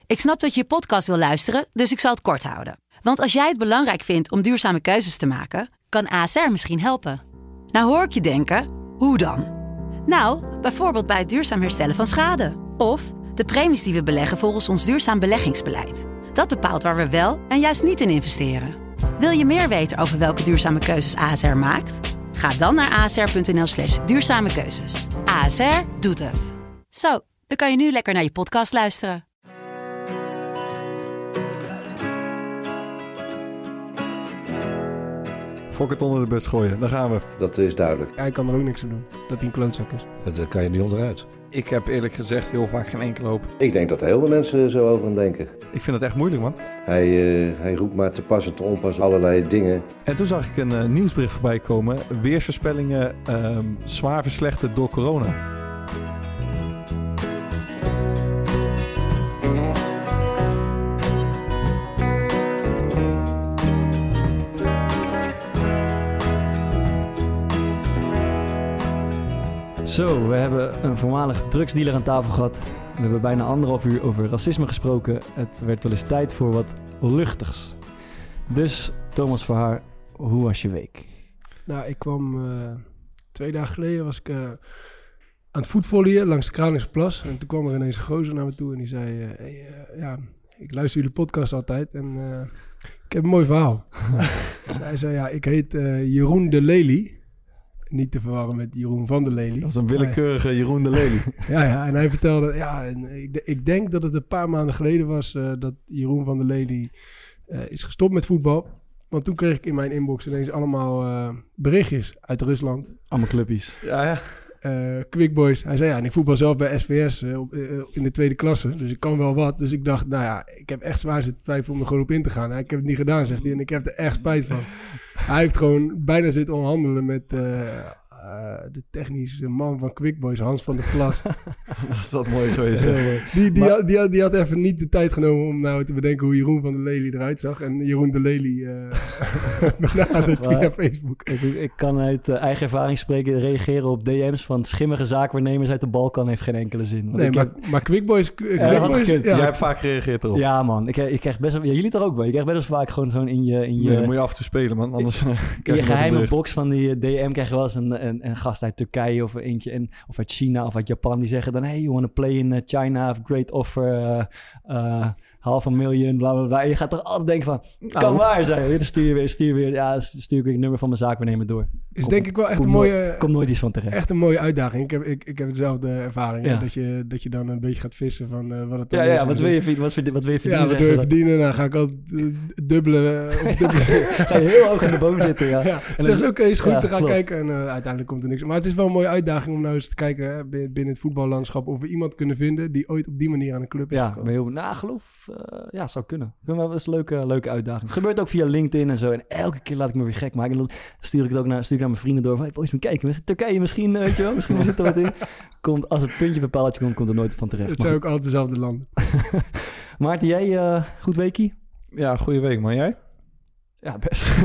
Ik snap dat je podcast wil luisteren, dus ik zal het kort houden. Want als jij het belangrijk vindt om duurzame keuzes te maken, kan ASR misschien helpen. Nou hoor ik je denken, hoe dan? Nou, bijvoorbeeld bij het duurzaam herstellen van schade. Of de premies die we beleggen volgens ons duurzaam beleggingsbeleid. Dat bepaalt waar we wel en juist niet in investeren. Wil je meer weten over welke duurzame keuzes ASR maakt? Ga dan naar asr.nl/duurzame keuzes. ASR doet het. Zo, dan kan je nu lekker naar je podcast luisteren. Fok het onder de bus gooien, daar gaan we. Dat is duidelijk. Hij kan er ook niks aan doen, dat hij een klootzak is. Dat kan je niet onderuit. Ik heb eerlijk gezegd heel vaak geen enkele hoop. Ik denk dat heel veel mensen zo over hem denken. Ik vind het echt moeilijk, man. Hij roept maar te pas en te onpas allerlei dingen. En toen zag ik een nieuwsbericht voorbij komen. Weersvoorspellingen zwaar verslechterd door corona. Zo, we hebben een voormalig drugsdealer aan tafel gehad. We hebben bijna 1,5 uur over racisme gesproken. Het werd wel eens tijd voor wat luchtigs. Dus, Thomas Verhaar, hoe was je week? Nou, ik kwam 2 dagen geleden was ik aan het voetvolleyen langs de Kralingsplas. En toen kwam er ineens een gozer naar me toe en die zei... ik luister jullie podcast altijd en ik heb een mooi verhaal. Dus hij zei, ja, ik heet Jeroen de Lely. Niet te verwarren met Jeroen van der Lely. Dat is een willekeurige Jeroen de Lely. Ja, en hij vertelde... Ja, en ik denk dat het een paar maanden geleden was... dat Jeroen van der Lely is gestopt met voetbal. Want toen kreeg ik in mijn inbox ineens allemaal berichtjes uit Rusland. Allemaal clubjes. Ja. Quick Boys. Hij zei, ja, en ik voetbal zelf bij SVS in de 2e klasse. Dus ik kan wel wat. Dus ik dacht, nou ja, ik heb echt zwaar zitten twijfelen om er gewoon op in te gaan. Ik heb het niet gedaan, zegt hij. En ik heb er echt spijt van. Hij heeft gewoon bijna zitten onderhandelen met de technische man van Quick Boys, Hans van der Plas. Dat is wat mooi geweest. Die had even niet de tijd genomen om nou te bedenken hoe Jeroen van der Lely eruit zag. En Jeroen de Lely benaderd via Facebook. Ik kan uit eigen ervaring spreken, reageren op DM's van schimmige zaakwaarnemers uit de Balkan heeft geen enkele zin. Nee, maar Quick Boys... Jij hebt vaak gereageerd erop. Ja, man, ik krijg best wel... Ja, jullie toch ook wel? Je krijgt best wel vaak gewoon zo'n in je... Nee, dan moet je af en toe spelen, man. Anders in je geheime box van die DM krijg je wel eens een gast uit Turkije of eentje of uit China of uit Japan die zeggen dan hey, you want to play in China, great offer, $500,000, bla bla bla. En je gaat toch altijd denken van, kan waar zijn. Dan stuur ik weer het nummer van mijn zaakwaarnemer door. Is denk ik wel echt een mooie... Komt nooit iets van terecht. Echt een mooie uitdaging. Ik heb dezelfde ervaring. Ja. Dat je dan een beetje gaat vissen van wat het dan is. Ja, wat wil je verdienen? Ja, wat wil je verdienen? Dan ga ik al dubbelen. Ga je heel hoog in de boom zitten, ja. En dan zeg je, oké, is goed, te gaan kijken. En uiteindelijk komt er niks. Maar het is wel een mooie uitdaging om nou eens te kijken binnen het voetballandschap of we iemand kunnen vinden die ooit op die manier aan een club is gekomen. Ja, zou kunnen. Dat is een leuke uitdaging. Het gebeurt ook via LinkedIn en zo. En elke keer laat ik me weer gek maken. En dan stuur ik het ook naar mijn vrienden door. Van, hey boys, maar kijken. Turkije misschien, weet je wel. Misschien zit er wat in. Als het puntje bij paaltje komt er nooit van terecht. Het zijn ook altijd dezelfde landen. Maarten, jij goed weekie? Ja, goede week, man. Jij? Ja, best.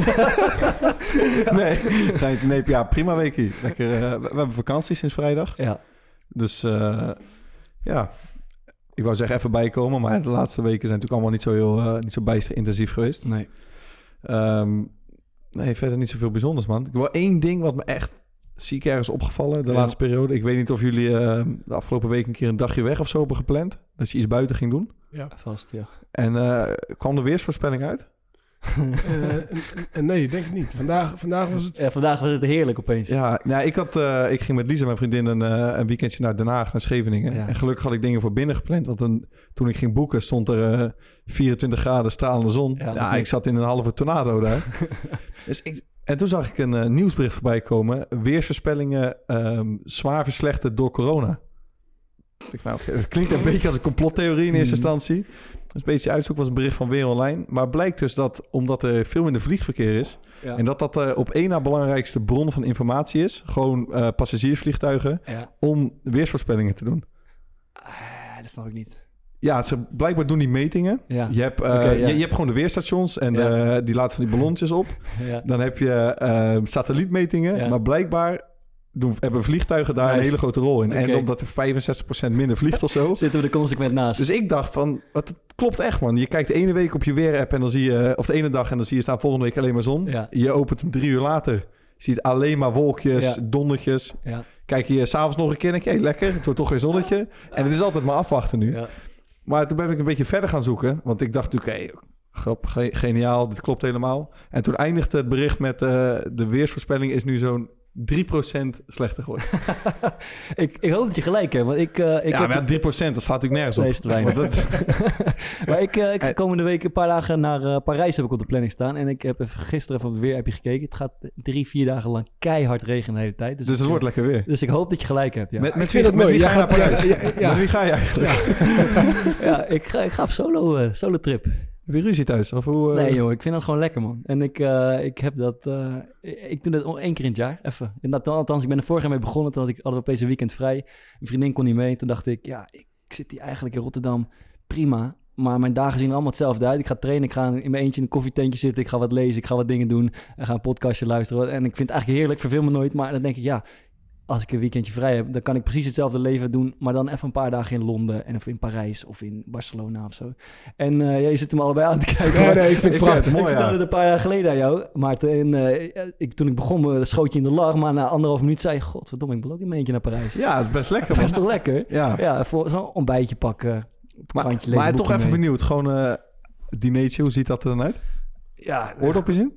Nee, prima weekie. Lekker, we hebben vakantie sinds vrijdag. Ja. Dus ik wou zeggen even bijkomen, maar de laatste weken zijn natuurlijk allemaal niet zo bijster intensief geweest. Nee. Nee, verder niet zoveel bijzonders, man. Ik heb wel 1 ding wat me echt ziek ergens opgevallen de laatste periode. Ik weet niet of jullie de afgelopen week een keer een dagje weg of zo hebben gepland. Dat je iets buiten ging doen. Ja, vast, ja. En kwam de weersvoorspelling uit? Nee, denk ik niet. Vandaag was het... Ja, vandaag was het heerlijk opeens. Ja, nou, ik ging met Lisa, mijn vriendin, een weekendje naar Den Haag, naar Scheveningen. Ja. En gelukkig had ik dingen voor binnen gepland. Want toen ik ging boeken stond er 24 graden stralende zon. Ja, ik zat in een halve tornado daar. En toen zag ik een nieuwsbericht voorbij komen. Weersvoorspellingen zwaar verslechterd door corona. Het klinkt een beetje als een complottheorie in eerste instantie. Dus een beetje uitzoek was een bericht van Weer Online. Maar blijkt dus dat, omdat er veel minder vliegverkeer is... Ja. En dat op één na belangrijkste bron van informatie is... gewoon passagiersvliegtuigen... Ja. Om weersvoorspellingen te doen. Dat snap ik niet. Ja, blijkbaar doen die metingen. Ja. Je hebt gewoon de weerstations... en die laten van die ballonnetjes op. Ja. Dan heb je satellietmetingen... maar blijkbaar... hebben vliegtuigen daar een hele grote rol in. Okay. En omdat er 65% minder vliegt of zo... Zitten we er consequent naast. Dus ik dacht van... klopt echt, man. Je kijkt de ene week op je weer-app en dan zie je... Of de ene dag en dan zie je staan volgende week alleen maar zon. Ja. Je opent hem 3 uur later. Je ziet alleen maar wolkjes, dondertjes. Ja. Kijk je 's avonds nog een keer en denk je... lekker, het wordt toch geen zonnetje. En het is altijd maar afwachten nu. Ja. Maar toen ben ik een beetje verder gaan zoeken. Want ik dacht natuurlijk... grappig, geniaal, dit klopt helemaal. En toen eindigde het bericht met... de weersvoorspelling is nu zo'n 3% slechter geworden. ik hoop dat je gelijk hebt. Want maar 3%, dat staat natuurlijk nergens op. Nee, is te weinig. Maar ik ga komende week een paar dagen naar Parijs heb ik op de planning staan. En ik heb gisteren even op het weerappje gekeken. Het gaat 3-4 dagen lang keihard regenen de hele tijd. Dus het wordt lekker weer. Dus ik hoop dat je gelijk hebt. Ja. Met wie ga je naar Parijs? Met wie ga je eigenlijk? Ja, ik ga op solo trip. Heb je ruzie thuis? Of hoe, Nee joh, ik vind dat gewoon lekker, man. En ik heb dat... ik doe dat 1 keer in het jaar, even. Althans, ik ben er vorig jaar mee begonnen. Toen hadden we opeens een weekend vrij. Een vriendin kon niet mee. Toen dacht ik, ik zit hier eigenlijk in Rotterdam. Prima. Maar mijn dagen zien er allemaal hetzelfde uit. Ik ga trainen, ik ga in mijn eentje in een koffietentje zitten. Ik ga wat lezen, ik ga wat dingen doen. Ik ga een podcastje luisteren. En ik vind het eigenlijk heerlijk, verveel me nooit. Maar dan denk ik, als ik een weekendje vrij heb, dan kan ik precies hetzelfde leven doen, maar dan even een paar dagen in Londen en of in Parijs of in Barcelona of zo. En je zit hem allebei aan te kijken. Nee, ik vind het prachtig. Ik vertelde het een paar jaar geleden aan jou, Maarten. Toen ik begon, schoot je in de lach, maar na 1,5 minuut zei je, godverdomme, ik wil ook in mijn eentje naar Parijs. Ja, het is best lekker, man. Dat is toch lekker? Ja, voor zo'n ontbijtje pakken, krantje lezen. Maar toch even benieuwd, gewoon dinertje, hoe ziet dat er dan uit? Ja. Oordopjes in?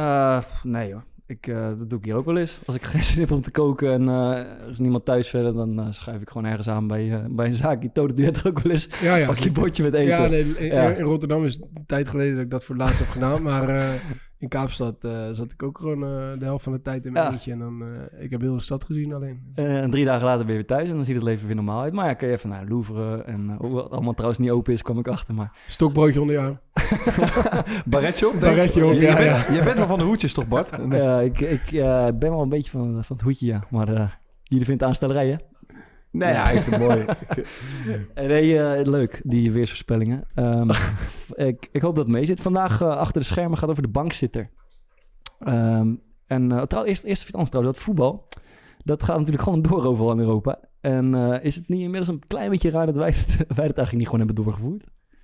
Nee hoor. Dat doe ik hier ook wel eens. Als ik geen zin heb om te koken en er is niemand thuis verder, dan schuif ik gewoon ergens aan bij een zaakje. Toto doe je het ook wel eens. Pak je een bordje met eten. Ja, in Rotterdam is het een tijd geleden dat ik dat voor het laatst heb gedaan. Maar in Kaapstad zat ik ook gewoon de helft van de tijd in mijn eentje. En dan, ik heb heel de stad gezien alleen. En 3 dagen later ben je weer thuis en dan ziet het leven weer normaal uit. Maar kun je even naar Louvre en hoe het allemaal trouwens niet open is, kwam ik achter. Maar... Stokbroodje onder je arm. Barretje op? Barretje op, Je bent wel van de hoedjes toch, Bart? Ik ben wel een beetje van het hoedje, ja. Maar jullie vinden het aanstellerij, hè? Nee, ik vind het mooi. Leuk, die weersvoorspellingen. Ik hoop dat het mee zit. Vandaag achter de schermen gaat over de bankzitter. Eerst trouwens, dat voetbal, dat gaat natuurlijk gewoon door overal in Europa. En is het niet inmiddels een klein beetje raar dat wij het eigenlijk niet gewoon hebben doorgevoerd?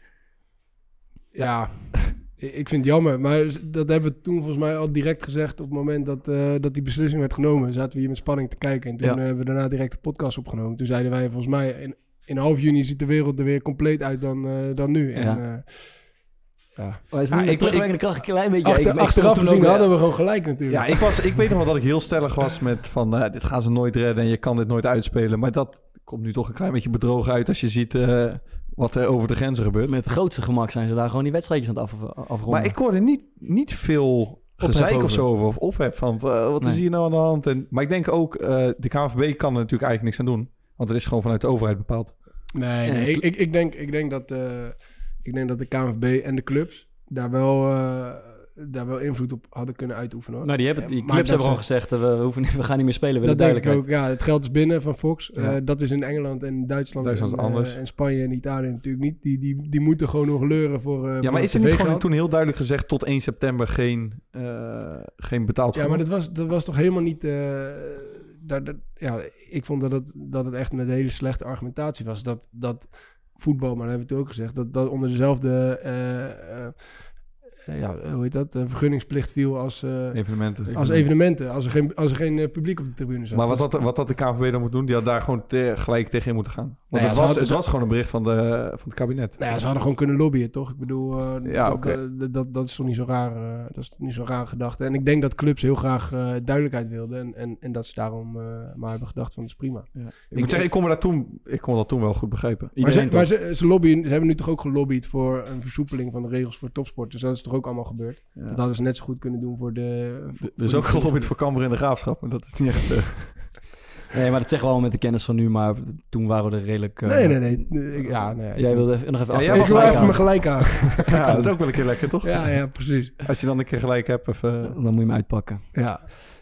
Ja, ik vind het jammer. Maar dat hebben we toen volgens mij al direct gezegd op het moment dat die beslissing werd genomen. Zaten we hier met spanning te kijken. En toen hebben we daarna direct de podcast opgenomen. Toen zeiden wij volgens mij in half juni ziet de wereld er weer compleet uit dan nu. En, Maar is niet terugwerkende kracht een klein beetje... Achteraf gezien hadden we gewoon gelijk natuurlijk. Ja, ik weet nog wel dat ik heel stellig was met van... dit gaan ze nooit redden en je kan dit nooit uitspelen. Maar dat komt nu toch een klein beetje bedrogen uit als je ziet... wat er over de grenzen gebeurt. Met het grootste gemak zijn ze daar gewoon die wedstrijdjes aan het afronden. Maar ik hoorde niet veel gezeik of zo over. Of ophef van, wat is hier nou aan de hand? Maar ik denk ook, de KNVB kan er natuurlijk eigenlijk niks aan doen. Want het is gewoon vanuit de overheid bepaald. Nee. Ik denk dat de KNVB en de clubs daar wel invloed op hadden kunnen uitoefenen. Hoor. Nou, die clubs hebben gewoon gezegd, we gaan niet meer spelen. Dat denk ik ook. Ja, het geld is binnen van Fox. Ja. Dat is in Engeland en Duitsland anders. En Spanje en Italië natuurlijk niet. Die moeten gewoon nog leuren voor maar is er niet gewoon toen heel duidelijk gezegd... tot 1 september geen betaald voetbal? Ja, maar dat was toch helemaal niet... ik vond dat het echt met een hele slechte argumentatie was. Dat voetbal, maar dat hebben we het ook gezegd... dat onder dezelfde... hoe heet dat? Een vergunningsplicht viel als evenementen. Als er geen publiek op de tribune zat. Maar wat had de KNVB dan moeten doen? Die had daar gewoon gelijk tegenin moeten gaan. Want het was gewoon een bericht van het kabinet. Nou ja, ze hadden gewoon kunnen lobbyen, toch? Ik bedoel, dat is toch niet zo raar. Dat is toch niet zo'n raar gedachte. En ik denk dat clubs heel graag duidelijkheid wilden. En dat ze daarom maar hebben gedacht van, dat is prima. Ja. Ik moet zeggen, ik kon dat toen wel goed begrijpen. Maar ze lobbyen, ze hebben nu toch ook gelobbyd voor een versoepeling van de regels voor topsport. Dus dat is toch ook allemaal gebeurd. Ja. Dat hadden ze net zo goed kunnen doen voor de... Er is ook gelobbyd voor Cambuur in de Graafschap, maar dat is niet echt... Nee, maar dat zeggen we al met de kennis van nu, maar toen waren we er redelijk... Nee. Jij wilde nog even ik wil even me gelijk aan. Ja, dat is ook wel een keer lekker, toch? Ja, precies. Als je dan een keer gelijk hebt, dan moet je hem uitpakken. Ja.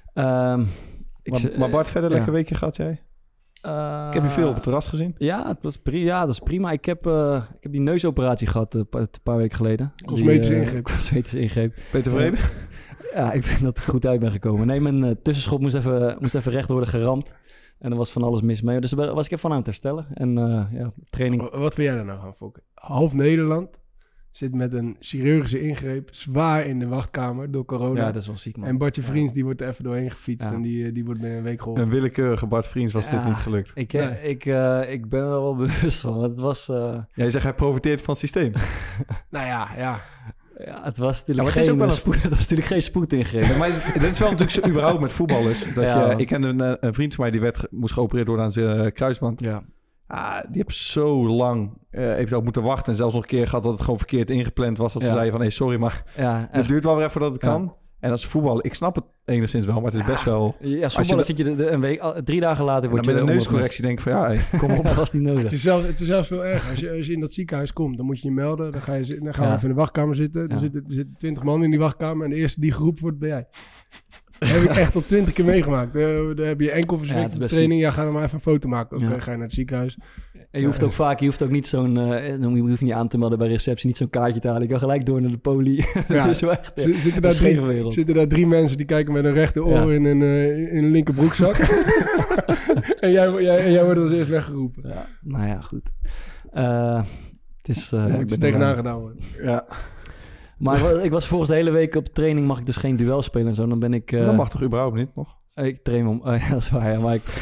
Maar Bart, verder lekker weekje gehad jij? Ik heb je veel op het terras gezien. Ja, dat is prima. Ik heb die neusoperatie gehad een paar weken geleden. Cosmetische ingreep. Ben je tevreden? Ja, ik vind dat ik goed uit ben gekomen. Nee, mijn tussenschot moest even recht worden geramd. En er was van alles mis mee. Dus daar was ik even van aan het herstellen. En training... Wat wil jij daar nou gaan fokken? Half Nederland zit met een chirurgische ingreep zwaar in de wachtkamer door corona. Ja, dat is wel ziek, man. En Bartje Vriends, die wordt er even doorheen gefietst en die wordt binnen een week geholpen. Een willekeurige Bart Vriends was dit niet gelukt. Ik ben er wel bewust van. Want het was... Jij zegt hij profiteert van het systeem. Nou ja. Ja, het was natuurlijk geen spoedingreep. Maar dit is wel natuurlijk zo überhaupt met voetballers. Ik ken een vriend van mij die moest geopereerd worden aan zijn kruisband. Ja. Die heb zo lang heeft ook moeten wachten. En zelfs nog een keer gehad dat het gewoon verkeerd ingepland was. Dat ze zeiden van, sorry, maar het duurt wel weer even dat het kan. En dat is voetbal. Ik snap het enigszins wel, maar het is best wel... Ja, voetballen zit je een week, 3 dagen later... Word je met een neuscorrectie denk ik van, kom op. Dat was niet nodig. Het is zelfs veel erger. Als je in dat ziekenhuis komt, dan moet je je melden. Dan gaan we even in de wachtkamer zitten. Er zitten 20 man in die wachtkamer. En de eerste die geroepen wordt, ben jij. Dat heb ik echt al 20 keer meegemaakt. Dan heb je enkel verzwikte training. Ja, ga dan maar even een foto maken. Oké, ga je naar het ziekenhuis. En je hoeft ook niet zo'n... je hoeft niet aan te melden bij receptie, niet zo'n kaartje te halen. Je kan gelijk door naar de poli. Ja. Het is wel echt... Zitten daar 3 mensen die kijken met een rechteroor in een linkerbroekzak. en jij wordt als eerst weggeroepen. Ja. Nou ja, goed. Het is... ik ben tegenaan gedaan worden. Ja. Maar ik was volgens de hele week op training, mag ik dus geen duel spelen en zo. Dan ben ik... dat mag toch überhaupt niet nog? Ik train om... ja, dat is waar, ja, maar ik...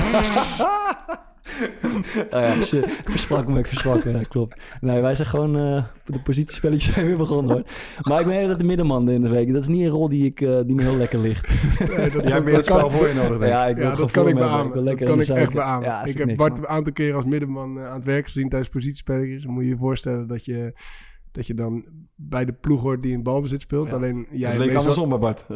shit. Ik versprak me, ja, klopt. Nee, wij zijn gewoon... de positiespelletjes zijn weer begonnen, hoor. Maar ik ben heel de middenman in de week. Dat is niet een rol die me heel lekker ligt. Nee, jij hebt meer het spel voor je nodig, denk ik. Dat kan ik beamen. Dat kan ik echt beamen. Ja, ik heb Bart een aantal keren als middenman aan het werk gezien tijdens positiespelletjes. Dan moet je je voorstellen dat je dan bij de ploeg hoort die in balbezit speelt. Ja. Alleen jij... Het leek andersom bij Bart.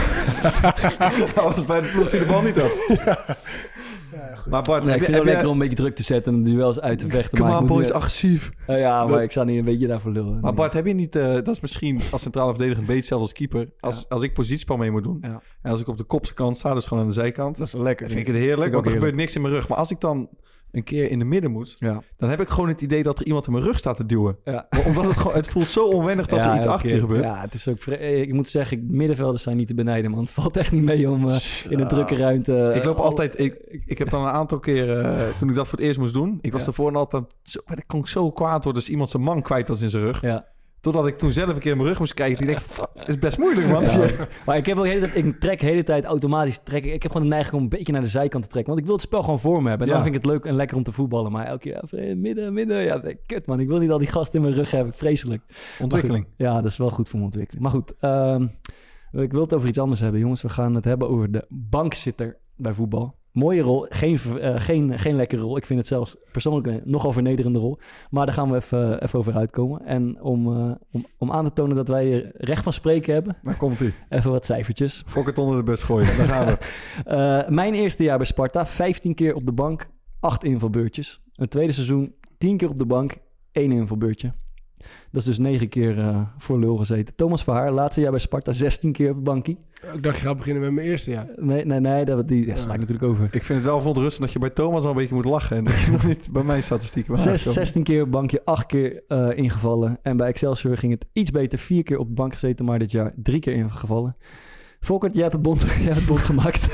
Dat was bij de ploeg die de bal niet had. Ja, maar Bart, ik vind het wel lekker om een beetje druk te zetten en de duels uit te vechten. Knappel is agressief. Maar ik zou niet een beetje daarvoor lullen. Maar Bart, heb je niet... dat is misschien als centrale verdediger een beetje zelfs als keeper. Als ik positiespel mee moet doen. Ja. En als ik op de kopkant sta, dus gewoon aan de zijkant. Dat is wel lekker. Vind ik het heerlijk, want er gebeurt niks in mijn rug. Maar als ik dan een keer in de midden moet, dan heb ik gewoon het idee dat er iemand in mijn rug staat te duwen. Ja. Omdat het voelt zo onwennig dat er iets achter je gebeurt. Ja, het is ook ik moet zeggen, middenvelders zijn niet te benijden, man. Het valt echt niet mee om in een drukke ruimte... ik loop altijd... Ik heb dan een aantal keren, toen ik dat voor het eerst moest doen, ik was daarvoor altijd... Ik kon zo kwaad worden als iemand zijn man kwijt was in zijn rug. Ja. Totdat ik toen zelf een keer in mijn rug moest kijken. Die denk het is best moeilijk, man. Ja. Maar ik heb ook ik trek de hele tijd automatisch trekken. Ik heb gewoon de neiging om een beetje naar de zijkant te trekken. Want ik wil het spel gewoon voor me hebben. En dan vind ik het leuk en lekker om te voetballen. Maar elke keer midden. Ja, kut, man. Ik wil niet al die gasten in mijn rug hebben. Vreselijk. Ontwikkeling. Goed, ja, dat is wel goed voor mijn ontwikkeling. Maar goed, ik wil het over iets anders hebben, jongens. We gaan het hebben over de bankzitter bij voetbal. Mooie rol, geen lekkere rol. Ik vind het zelfs persoonlijk een nogal vernederende rol. Maar daar gaan we even over uitkomen. En om aan te tonen dat wij recht van spreken hebben... Daar komt-ie. Even wat cijfertjes. Fok het onder de bus gooien, daar gaan we. Mijn eerste jaar bij Sparta, 15 keer op de bank, 8 invalbeurtjes. Een tweede seizoen, 10 keer op de bank, 1 invalbeurtje. Dat is dus 9 keer voor lul gezeten. Thomas Verhaar, laatste jaar bij Sparta, 16 keer op het bankie. Ik dacht, je gaat beginnen met mijn eerste jaar. Nee, die sla ik natuurlijk over. Ik vind het wel verontrustend dat je bij Thomas al een beetje moet lachen. En dat je nog niet bij mijn statistieken maakt. 16 keer op het bankje, 8 keer ingevallen. En bij Excelsior ging het iets beter. 4 keer op de bank gezeten, maar dit jaar 3 keer ingevallen. Volkert, jij hebt het bond gemaakt.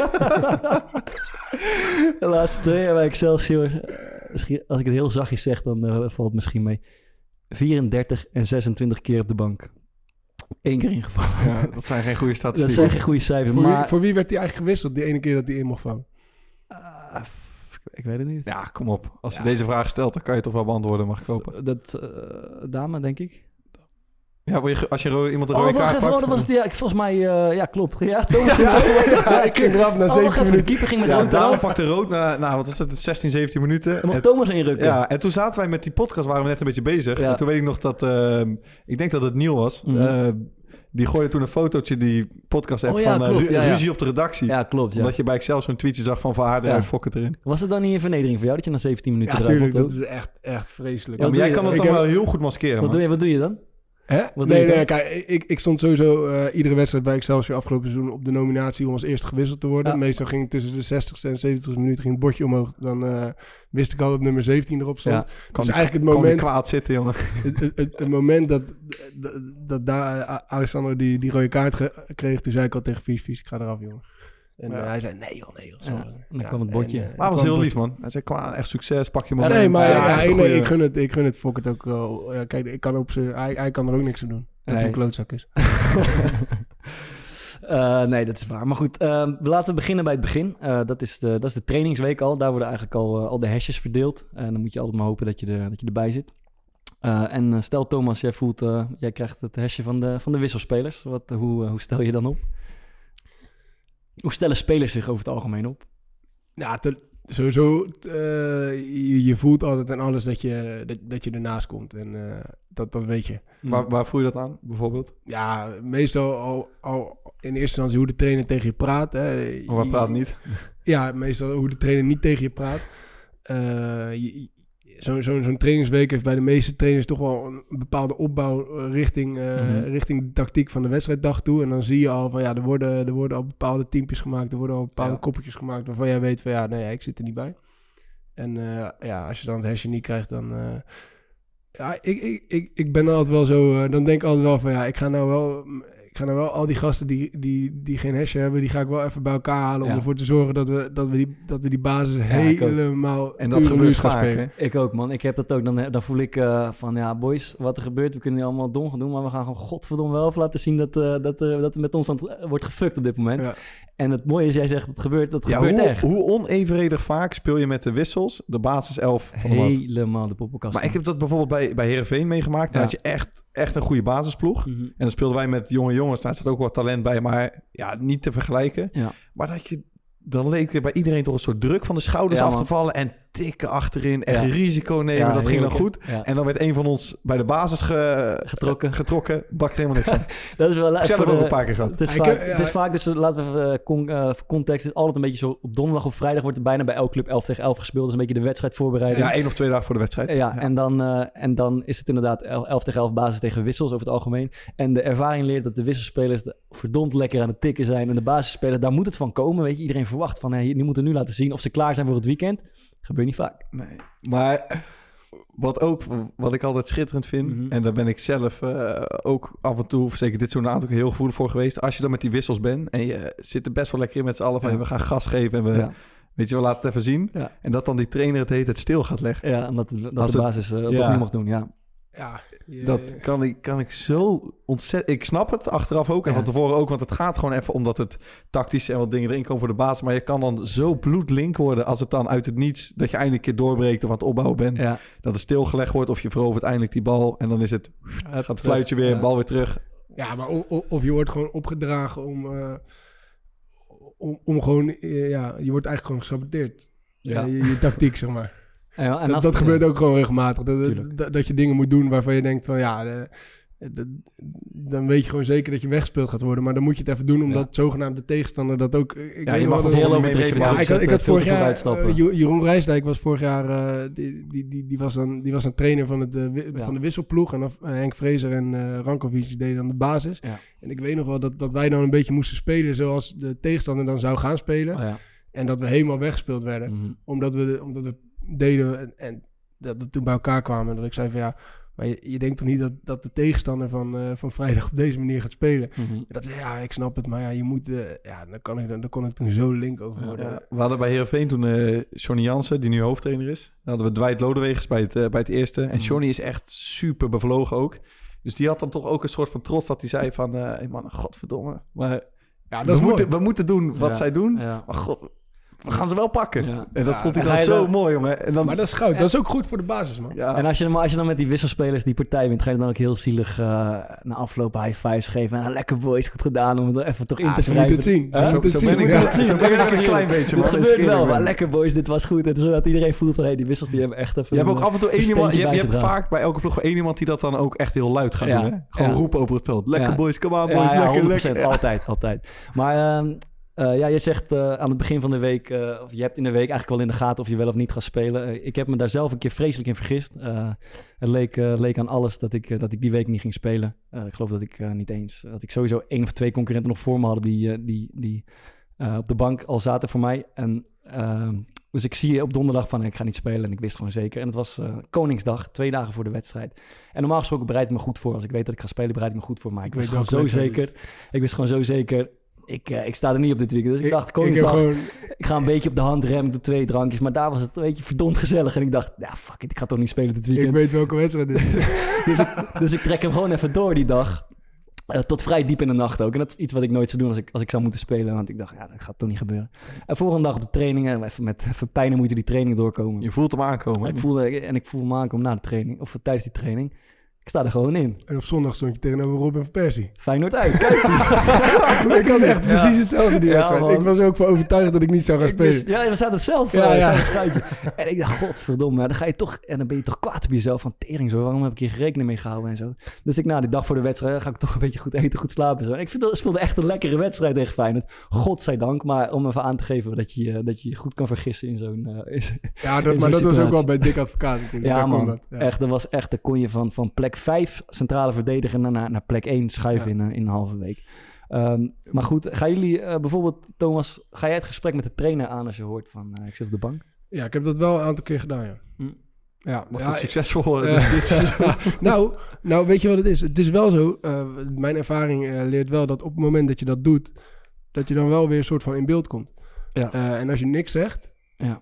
De laatste 2 jaar bij Excelsior. Als ik het heel zachtjes zeg, dan valt het misschien mee. 34 en 26 keer op de bank. 1 keer ingevallen. Ja, dat zijn geen goede statistieken. Dat zijn geen goede cijfers. Voor wie werd hij eigenlijk gewisseld die ene keer dat hij in mocht vallen? Ik weet het niet. Ja, kom op. Als je deze vraag stelt, dan kan je toch wel beantwoorden, mag ik hopen. Dame, denk ik. Ja, als je iemand een rode kaart pakt... dat was het, volgens mij... klopt. Ja, Thomas ik ging eraf na 7 minuten. De keeper ging met rood. Dame pakte rood na, wat was het, 16, 17 minuten. En mocht Thomas inrukken. Ja, en toen zaten wij met die podcast, waren we net een beetje bezig. Ja. En toen weet ik nog dat... ik denk dat het Niel was. Die gooide toen een fotootje, die podcast-app van ruzie op de redactie. Ja, klopt. Ja. Omdat je bij Excel zo'n tweetje zag van Verhaar eruit, fokken erin. Was het dan niet een vernedering voor jou dat je na 17 minuten eruit mocht? Ja, natuurlijk. Dat is echt vreselijk. Ja, maar jij kan dat dan wel heel goed maskeren, man. Wat doe je dan? Nee, kijk, ik stond sowieso iedere wedstrijd bij Excelsior afgelopen seizoen op de nominatie om als eerste gewisseld te worden. Ja. Meestal ging tussen de 60ste en 70ste minuut ging het bordje omhoog. Dan wist ik al dat nummer 17 erop stond. Ja. Dus eigenlijk het moment... kwaad zitten, jongen. Het moment dat daar Alexander die rode kaart kreeg, toen zei ik al tegen Vies, ik ga eraf, jongen. En hij zei, nee joh. Zo. En dan kwam het bordje. Maar hij was heel lief, man. Hij zei, echt succes, pak je moment. Nee, maar ik gun het Fokkert ook wel. Kijk, ik kan hij kan er ook niks aan doen. Dat hij een klootzak is. Nee, dat is waar. Maar goed, laten we beginnen bij het begin. Dat is de trainingsweek al. Daar worden eigenlijk al de hashjes verdeeld. En dan moet je altijd maar hopen dat je erbij zit. En stel Thomas, jij krijgt het hashje van de wisselspelers. Hoe stel je dan op? Hoe stellen spelers zich over het algemeen op? Ja, sowieso, je voelt altijd en alles dat je ernaast komt. En dat weet je. Waar voel je dat aan, bijvoorbeeld? Ja, meestal al in eerste instantie hoe de trainer tegen je praat. Hè. Maar waar praat niet? Ja, meestal hoe de trainer niet tegen je praat. Zo'n trainingsweek heeft bij de meeste trainers toch wel een bepaalde opbouw richting de tactiek van de wedstrijddag toe. En dan zie je al van er worden al bepaalde teampjes gemaakt, er worden al bepaalde koppetjes gemaakt waarvan jij weet van ik zit er niet bij. En als je dan het hashje niet krijgt, dan... ik ben altijd wel zo... dan denk ik altijd wel van ik ga nou wel al die gasten die geen hashje hebben, die ga ik wel even bij elkaar halen om ervoor te zorgen dat we die basis helemaal... En dat gebeurt vaak, hè? Ik ook, man. Ik heb dat ook. Dan voel ik van, boys, wat er gebeurt, we kunnen niet allemaal dom gaan doen, maar we gaan gewoon godverdomme wel even laten zien dat er met ons wordt gefukt op dit moment. Ja. En het mooie is, jij zegt, dat gebeurt echt. Hoe onevenredig vaak speel je met de wissels de basiself van de mat? Helemaal de poppenkast. Maar ik heb dat bijvoorbeeld bij Heerenveen meegemaakt. Dan had je echt een goede basisploeg. Mm-hmm. En dan speelden wij met jonge jongens. Daar zat ook wat talent bij, maar niet te vergelijken. Ja. Maar dan leek er bij iedereen toch een soort druk van de schouders af te vallen. En tikken achterin. Echt risico nemen. Dat ging dan goed. Ja. En dan werd een van ons bij de basis getrokken. Bakt helemaal niks aan. Dat is wel... Ik heb het ook een paar keer gehad. Het is vaak, dus laten we voor context. Het is altijd een beetje zo... Op donderdag of vrijdag wordt er bijna bij elke club 11 tegen 11 gespeeld. Dus een beetje de wedstrijdvoorbereiding. Ja, 1 of 2 dagen voor de wedstrijd. Ja. En dan is het inderdaad 11 tegen 11 basis tegen wissels over het algemeen. En de ervaring leert dat de wisselspelers verdomd lekker aan het tikken zijn. En de basisspelers, daar moet het van komen. Weet je, iedereen verwacht van... die moeten nu laten zien of ze klaar zijn voor het weekend. Gebeurt niet vaak. Nee, maar wat ik altijd schitterend vind... en daar ben ik zelf ook af en toe... of zeker dit zo'n aantal heel gevoelig voor geweest... als je dan met die wissels bent... en je zit er best wel lekker in met z'n allen... van we gaan gas geven en weet je, we laten het even zien. Ja. En dat dan die trainer het stil gaat leggen. Ja, en dat de basis toch niet mag doen, Dat kan ik zo ontzettend... Ik snap het achteraf ook en van tevoren ook... want het gaat gewoon even omdat het tactisch en wat dingen erin komen voor de basis... maar je kan dan zo bloedlink worden als het dan uit het niets... dat je eindelijk een keer doorbreekt of aan het opbouwen bent. Ja. Dat het stilgelegd wordt of je verovert eindelijk die bal... en dan is het... gaat het fluitje weer, bal weer terug. Ja, maar of je wordt gewoon opgedragen om gewoon... je wordt eigenlijk gewoon gesaboteerd. Ja. Je tactiek, zeg maar. Ja, en dat gebeurt ook gewoon regelmatig. Dat je dingen moet doen waarvan je denkt van dan weet je gewoon zeker dat je weggespeeld gaat worden. Maar dan moet je het even doen omdat zogenaamd de tegenstander dat ook... je mag het heel overdreven. Ik had vorig jaar... Jeroen Rijsdijk was vorig jaar... Die was een trainer van de wisselploeg. En Henk Vrezer en Rankovic deden dan de basis. Ja. En ik weet nog wel dat wij dan een beetje moesten spelen zoals de tegenstander dan zou gaan spelen. Oh ja. En dat we helemaal weggespeeld werden. Mm-hmm. Omdat we deden en dat we toen bij elkaar kwamen. En dat ik zei van maar je denkt toch niet dat de tegenstander van vrijdag op deze manier gaat spelen. Mm-hmm. Dat zei ik snap het, maar je moet... dan kon ik toen zo link over worden. Ja. We hadden bij Heerenveen toen Johnny Jansen, die nu hoofdtrainer is. Dan hadden we Dwight Lodewegers bij het eerste. En Johnny is echt super bevlogen ook. Dus die had dan toch ook een soort van trots dat hij zei van... hey man, godverdomme. Maar we moeten doen wat zij doen. Ja. Maar god... We gaan ze wel pakken. Ja. En dat vond hij dan zo mooi, jongen. En dan... Maar dat is goud. Dat is ook goed voor de basis, man. Ja. En als je dan met die wisselspelers die partij wint... ga je dan ook heel zielig na afloop high fives geven. En lekker boys, goed gedaan om het even toch in te schrijven. Je moet het zien. Zo ben ik een klein beetje, man. Het gebeurt wel, maar lekker boys, dit was goed. En zodat iedereen voelt van, die wissels die hebben echt even... Je hebt ook af en toe één iemand... Je hebt vaak bij elke ploeg één iemand die dat dan ook echt heel luid gaat doen. Hè? Gewoon roepen over het veld. Lekker boys, come on boys, lekker. Altijd. Maar... je zegt aan het begin van de week... of je hebt in de week eigenlijk wel in de gaten... of je wel of niet gaat spelen. Ik heb me daar zelf een keer vreselijk in vergist. Het leek aan alles dat ik die week niet ging spelen. Ik geloof dat ik niet eens... dat ik sowieso 1 of 2 concurrenten nog voor me hadden... die op de bank al zaten voor mij. En dus ik zie op donderdag van... ik ga niet spelen en ik wist gewoon zeker. En het was Koningsdag, 2 dagen voor de wedstrijd. En normaal gesproken bereid ik me goed voor. Als ik weet dat ik ga spelen, bereid ik me goed voor. Maar ik wist gewoon zo zeker... Ik wist gewoon zo zeker... ik sta er niet op dit weekend. Dus ik dacht, ik ga een beetje op de hand remmen, ik doe 2 drankjes. Maar daar was het een beetje verdomd gezellig. En ik dacht, fuck it, ik ga toch niet spelen dit weekend. Ik weet welke wedstrijd dit is. dus ik trek hem gewoon even door die dag. Tot vrij diep in de nacht ook. En dat is iets wat ik nooit zou doen als ik zou moeten spelen. Want ik dacht, dat gaat toch niet gebeuren. En volgende dag op de trainingen, even met pijn en moeite die training doorkomen. Je voelt hem aankomen. Ik voel hem aankomen na de training, of tijdens die training. Ik sta er gewoon in. En op zondag stond je tegenover Robin van Persie. Feyenoord uit, kijk. Ik had echt precies hetzelfde die wedstrijd. Ik was er ook voor overtuigd dat ik niet zou gaan spelen. We zaten zelf. Het schuitje. En ik dacht, godverdomme, dan ga je toch... En dan ben je toch kwaad op jezelf van tering zo. Waarom heb ik hier rekening mee gehouden en zo. Dus die dag voor de wedstrijd ga ik toch een beetje goed eten, goed slapen. Zo. En ik speelde echt een lekkere wedstrijd tegen Feyenoord. Godzijdank. Maar om even aan te geven dat je je goed kan vergissen in zo'n dat was ook wel bij Dick Advocaat. Ja man, echt. Dat was echt, dan kon je van plek 5 centrale verdediger naar plek 1 schuiven in een halve week. Maar goed, gaan jullie bijvoorbeeld, Thomas, ga jij het gesprek met de trainer aan als je hoort van ik zit op de bank? Ja, ik heb dat wel een aantal keer gedaan, ja. Ja, was het succesvol? Nou, weet je wat het is? Het is wel zo, mijn ervaring leert wel dat op het moment dat je dat doet, dat je dan wel weer een soort van in beeld komt. Ja. En als je niks zegt,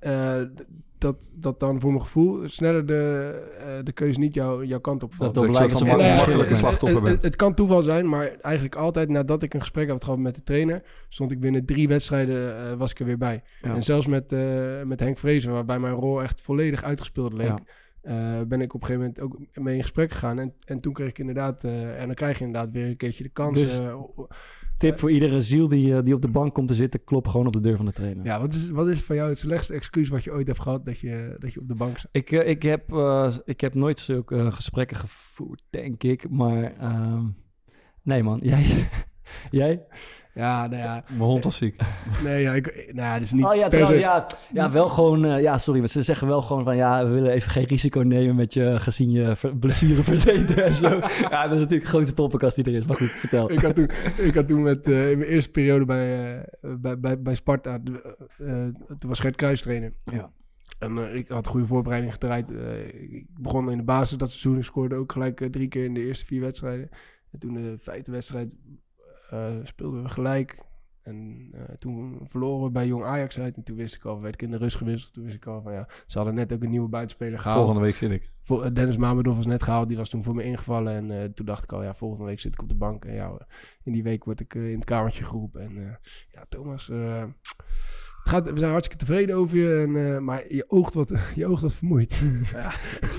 dat dan voor mijn gevoel sneller de keuze niet jouw kant op valt. Dat ik zo makkelijke slachtoffer ben. Het kan toeval zijn, maar eigenlijk altijd nadat ik een gesprek had gehad met de trainer, stond ik binnen 3 wedstrijden, was ik er weer bij. Ja. En zelfs met Henk Vrezen, waarbij mijn rol echt volledig uitgespeeld leek, ben ik op een gegeven moment ook mee in gesprek gegaan. En toen kreeg ik inderdaad, en dan krijg je inderdaad weer een keertje de kans. Dus, tip voor iedere ziel die op de bank komt te zitten, klop gewoon op de deur van de trainer. Ja, wat is van jou het slechtste excuus wat je ooit hebt gehad dat je op de bank zit? Ik heb nooit zulke gesprekken gevoerd, denk ik. Maar nee man, jij? Ja, nou ja. Mijn hond was ziek. Nee, dat is niet... Oh ja, trouwens, wel gewoon... sorry, maar ze zeggen wel gewoon van... Ja, we willen even geen risico nemen met je... gezien je blessureverleden en zo. Ja, dat is natuurlijk de grootste poppenkast die er is. Maar goed, vertel. Ik had toen in mijn eerste periode bij Sparta... toen was Gert Kruijs trainer. Ja. En ik had goede voorbereiding gedraaid. Ik begon in de basis dat seizoen. Ik scoorde ook gelijk 3 keer in de eerste 4 wedstrijden. En toen de 5e wedstrijd... speelden we gelijk. En toen verloren we bij Jong Ajax uit. En toen wist ik al, werd ik in de rust gewisseld. Toen wist ik al van ze hadden net ook een nieuwe buitenspeler gehaald. Volgende week zit ik. Dennis Mamedov was net gehaald. Die was toen voor me ingevallen. En toen dacht ik al, volgende week zit ik op de bank. En in die week word ik in het kamertje geroepen. En Thomas, we zijn hartstikke tevreden over je. Maar je oogt wat vermoeid. Ja.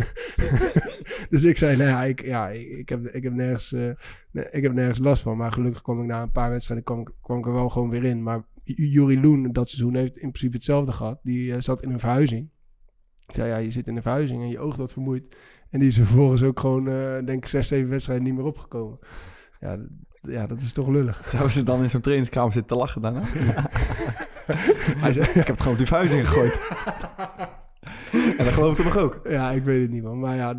Dus ik zei, ik heb nergens last van. Maar gelukkig kwam ik na een paar wedstrijden kwam ik er wel gewoon weer in. Maar Juri Loen dat seizoen heeft in principe hetzelfde gehad. Die zat in een verhuizing. Ik zei, je zit in een verhuizing en je oogt wat vermoeid. En die is vervolgens ook gewoon, denk ik, 6, 7 wedstrijden niet meer opgekomen. Ja, dat is toch lullig. Zou ze dan in zo'n trainingskamer zitten te lachen daarna? Hij zei, ik heb het gewoon op die verhuizing gegooid. En dat gelooft er nog ook. Ja, ik weet het niet, man. Maar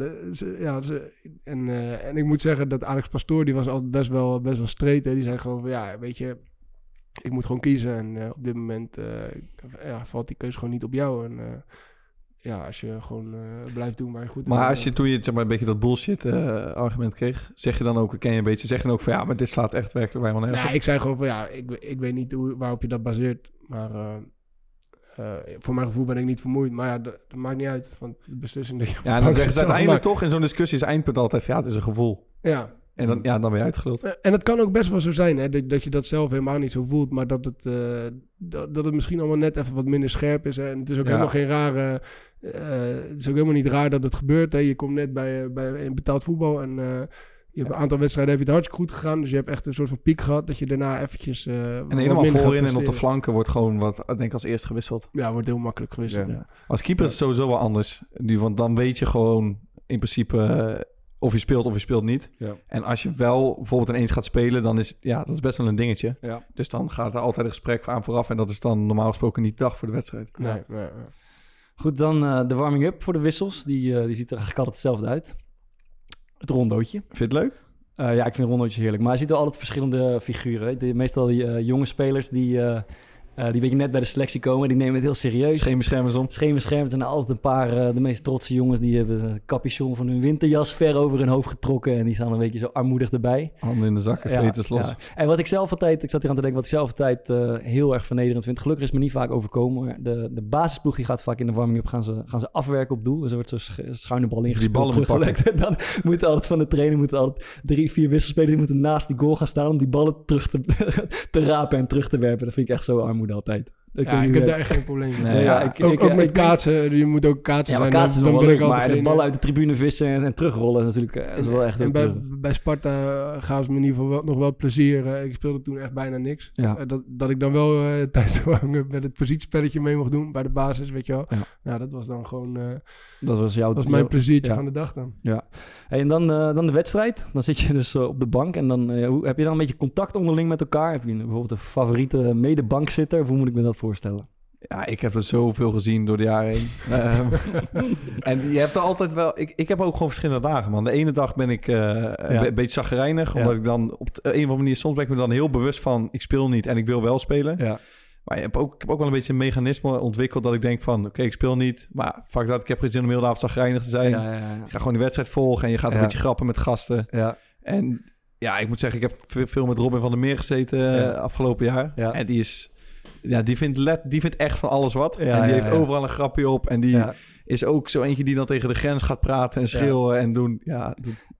en ik moet zeggen dat Alex Pastoor, die was altijd best wel straight. Hè. Die zei gewoon van, weet je, ik moet gewoon kiezen. En op dit moment valt die keuze gewoon niet op jou. En als je gewoon blijft doen waar je goed in bent. Maar toen je zeg maar een beetje dat bullshit argument kreeg, zeg je dan ook van maar dit slaat echt werkelijk bij me nergens op. Ik zei gewoon van ik weet niet waarop je dat baseert. Maar voor mijn gevoel ben ik niet vermoeid. Maar dat maakt niet uit. Want de beslissing dat je... Ja, en dan zeggen ze uiteindelijk toch in zo'n discussie is eindpunt altijd van het is een gevoel. Ja. En dan ben je uitgeluld. En het kan ook best wel zo zijn, hè, dat je dat zelf helemaal niet zo voelt, maar dat het misschien allemaal net even wat minder scherp is. Hè. En het is ook helemaal geen rare... het is ook helemaal niet raar dat het gebeurt. Hè. Je komt net bij in betaald voetbal en je hebt een aantal wedstrijden heb je het hartstikke goed gegaan. Dus je hebt echt een soort van piek gehad dat je daarna eventjes... en helemaal voorin en op de flanken wordt gewoon denk ik als eerst gewisseld. Ja, wordt heel makkelijk gewisseld. Ja. Als keeper is het sowieso wel anders. Want dan weet je gewoon in principe... of je speelt of je speelt niet. Ja. En als je wel bijvoorbeeld ineens gaat spelen, dan is dat is best wel een dingetje. Ja. Dus dan gaat er altijd een gesprek aan vooraf. En dat is dan normaal gesproken niet de dag voor de wedstrijd. Nee. Goed, dan de warming-up voor de wissels. Die ziet er eigenlijk altijd hetzelfde uit. Het rondootje. Vind je het leuk? Ja, ik vind rondootjes heerlijk. Maar je ziet er altijd verschillende figuren. Meestal die jonge spelers die Die een beetje net bij de selectie komen. Die nemen het heel serieus. Scheenbeschermers om. Scheenbeschermers. En altijd een paar, de meest trotse jongens... die hebben een capuchon van hun winterjas ver over hun hoofd getrokken. En die staan een beetje zo armoedig erbij. Handen in de zakken, veters los. Ja. En wat ik zelf altijd... Ik zat hier aan te denken, wat ik zelf altijd heel erg vernederend vind. Gelukkig is me niet vaak overkomen. Maar de basisploeg die gaat vaak in de warming-up... gaan ze afwerken op doel. Dus er wordt zo'n schuine bal ingespeeld. Die ballen en dan moeten altijd van de trainer... altijd 3-4 wisselspelers... die moeten naast die goal gaan staan... om die ballen terug te rapen en terug te werpen. Dat vind ik echt zo armoede altijd. Ik heb daar echt geen probleem mee. Nee, ook met kaatsen. Je moet ook kaatsen zijn. Kaatsen dan ben ik altijd maar de ballen uit de tribune vissen en terugrollen is natuurlijk is wel echt... En bij Sparta gaven ze me in ieder geval nog wel plezier. Ik speelde toen echt bijna niks. Ja. Dat ik dan wel tijdens de warming-up met het positiespelletje mee mocht doen bij de basis, weet je wel. Ja, dat was dan gewoon... dat was mijn pleziertje van de dag dan. Ja. Hey, en dan de wedstrijd. Dan zit je dus op de bank en dan heb je dan een beetje contact onderling met elkaar? Heb je bijvoorbeeld een favoriete medebankzitter? Of hoe moet ik me dat voorstellen? Ja, ik heb er zoveel gezien door de jaren heen. En je hebt er altijd wel... Ik heb ook gewoon verschillende dagen, man. De ene dag ben ik een beetje chagrijnig. Omdat ik dan op een of andere manier... Soms ben ik me dan heel bewust van... Ik speel niet en ik wil wel spelen. Ja. Maar ik heb ook wel een beetje een mechanisme ontwikkeld... dat ik denk van... Oké, ik speel niet. Maar vaak dat ik heb geen zin om heel de avond chagrijnig te zijn. Ja. Ik ga gewoon die wedstrijd volgen... en je gaat een beetje grappen met gasten. Ja. En ja, ik moet zeggen... Ik heb veel met Robin van der Meer gezeten afgelopen jaar. Ja. En die is... Ja, die vindt echt van alles wat. Ja, en die heeft overal een grapje op. En die is ook zo eentje die dan tegen de grens gaat praten en schreeuwen en doen. Ja,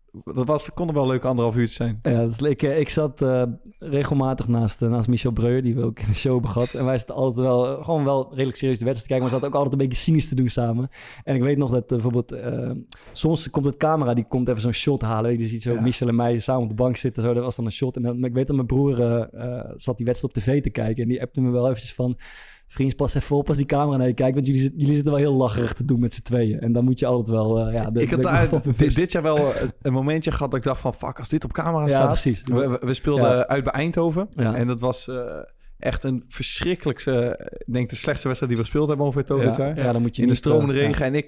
kon er wel leuk 1,5 uur zijn. Ja, dat is, ik zat regelmatig naast Michel Breuer, die we ook in de show hebben gehad. En wij zaten altijd wel redelijk serieus de wedstrijd te kijken, maar we zaten ook altijd een beetje cynisch te doen samen. En ik weet nog dat bijvoorbeeld, soms komt het camera, die komt even zo'n shot halen. Je ziet zo Michel en mij samen op de bank zitten, zo, dat was dan een shot. En dan, ik weet dat mijn broer zat die wedstrijd op tv te kijken en die appte me wel eventjes van... Vriends, pas even op als die camera naar je kijkt, want jullie zitten wel heel lacherig te doen met z'n tweeën. En dan moet je altijd wel... ik heb dit jaar wel een momentje gehad dat ik dacht van... Fuck, als dit op camera staat... Precies. We speelden uit bij Eindhoven. Ja. En dat was echt een verschrikkelijkste... Ik denk de slechtste wedstrijd die we gespeeld hebben over dit jaar. Ja, dan moet je in de stromende regen. En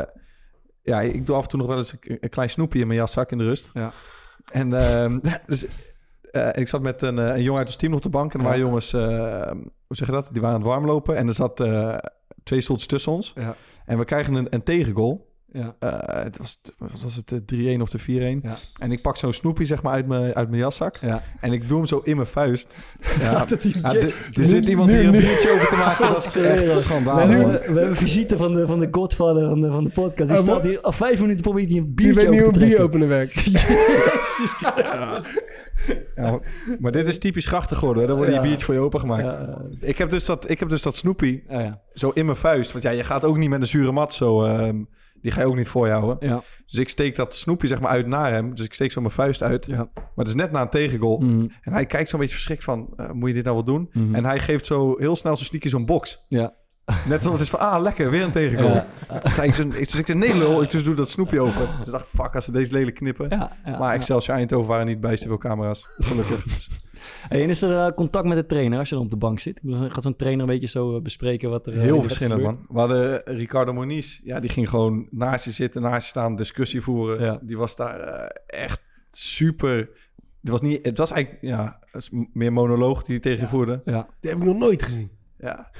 ik doe af en toe nog wel eens een klein snoepje in mijn jaszak in de rust. Ja. En dus... ik zat met een jongen uit ons team op de bank. En er waren jongens, hoe zeg je dat? Die waren aan het warmlopen. En er zat 2 stoeltjes tussen ons. Ja. En we krijgen een tegengoal. Ja. Het was het 3-1 of de 4-1. Ja. En ik pak zo'n snoepje zeg maar uit mijn jaszak. Ja. En ik doe hem zo in mijn vuist. Ja. Er zit iemand hier een biertje open te maken. Dat is echt schandalig. We hebben visite van de godvader van de podcast. Die staat hier al 5 minuten probeert hij een biertje open te trekken. Die weet niet hoe een bier openen werkt. Jezus Christus. Ja, maar dit is typisch grachtig geworden. Dan worden die biertjes voor je opengemaakt. Ja. Ik heb dus dat snoepie zo in mijn vuist. Want je gaat ook niet met een zure mat zo... die ga je ook niet voor je houden. Ja. Dus ik steek dat snoepje zeg maar uit naar hem. Dus ik steek zo mijn vuist uit. Ja. Maar het is net na een tegengoal. Mm. En hij kijkt zo'n beetje verschrikt van... moet je dit nou wel doen? Mm. En hij geeft zo heel snel zo sneaky zo'n box. Ja. Net zoals het is van... lekker, weer een tegengoal. Ja. Dus ik zei, nee lul. Ik doe dat snoepje open. Dus ik dacht, fuck, als ze deze lelijk knippen. Maar Excelsior Eindhoven waren niet bij zoveel camera's. Gelukkig. Hey, en is er contact met de trainer als je dan op de bank zit? Gaat zo'n trainer een beetje zo bespreken wat er... Heel verschillend, man. We hadden Ricardo Moniz. Ja, die ging gewoon naast je zitten, naast je staan, discussie voeren. Ja. Die was daar echt super... Het was eigenlijk meer monoloog die hij tegen je voerde. Ja. Die heb ik nog nooit gezien. Ja,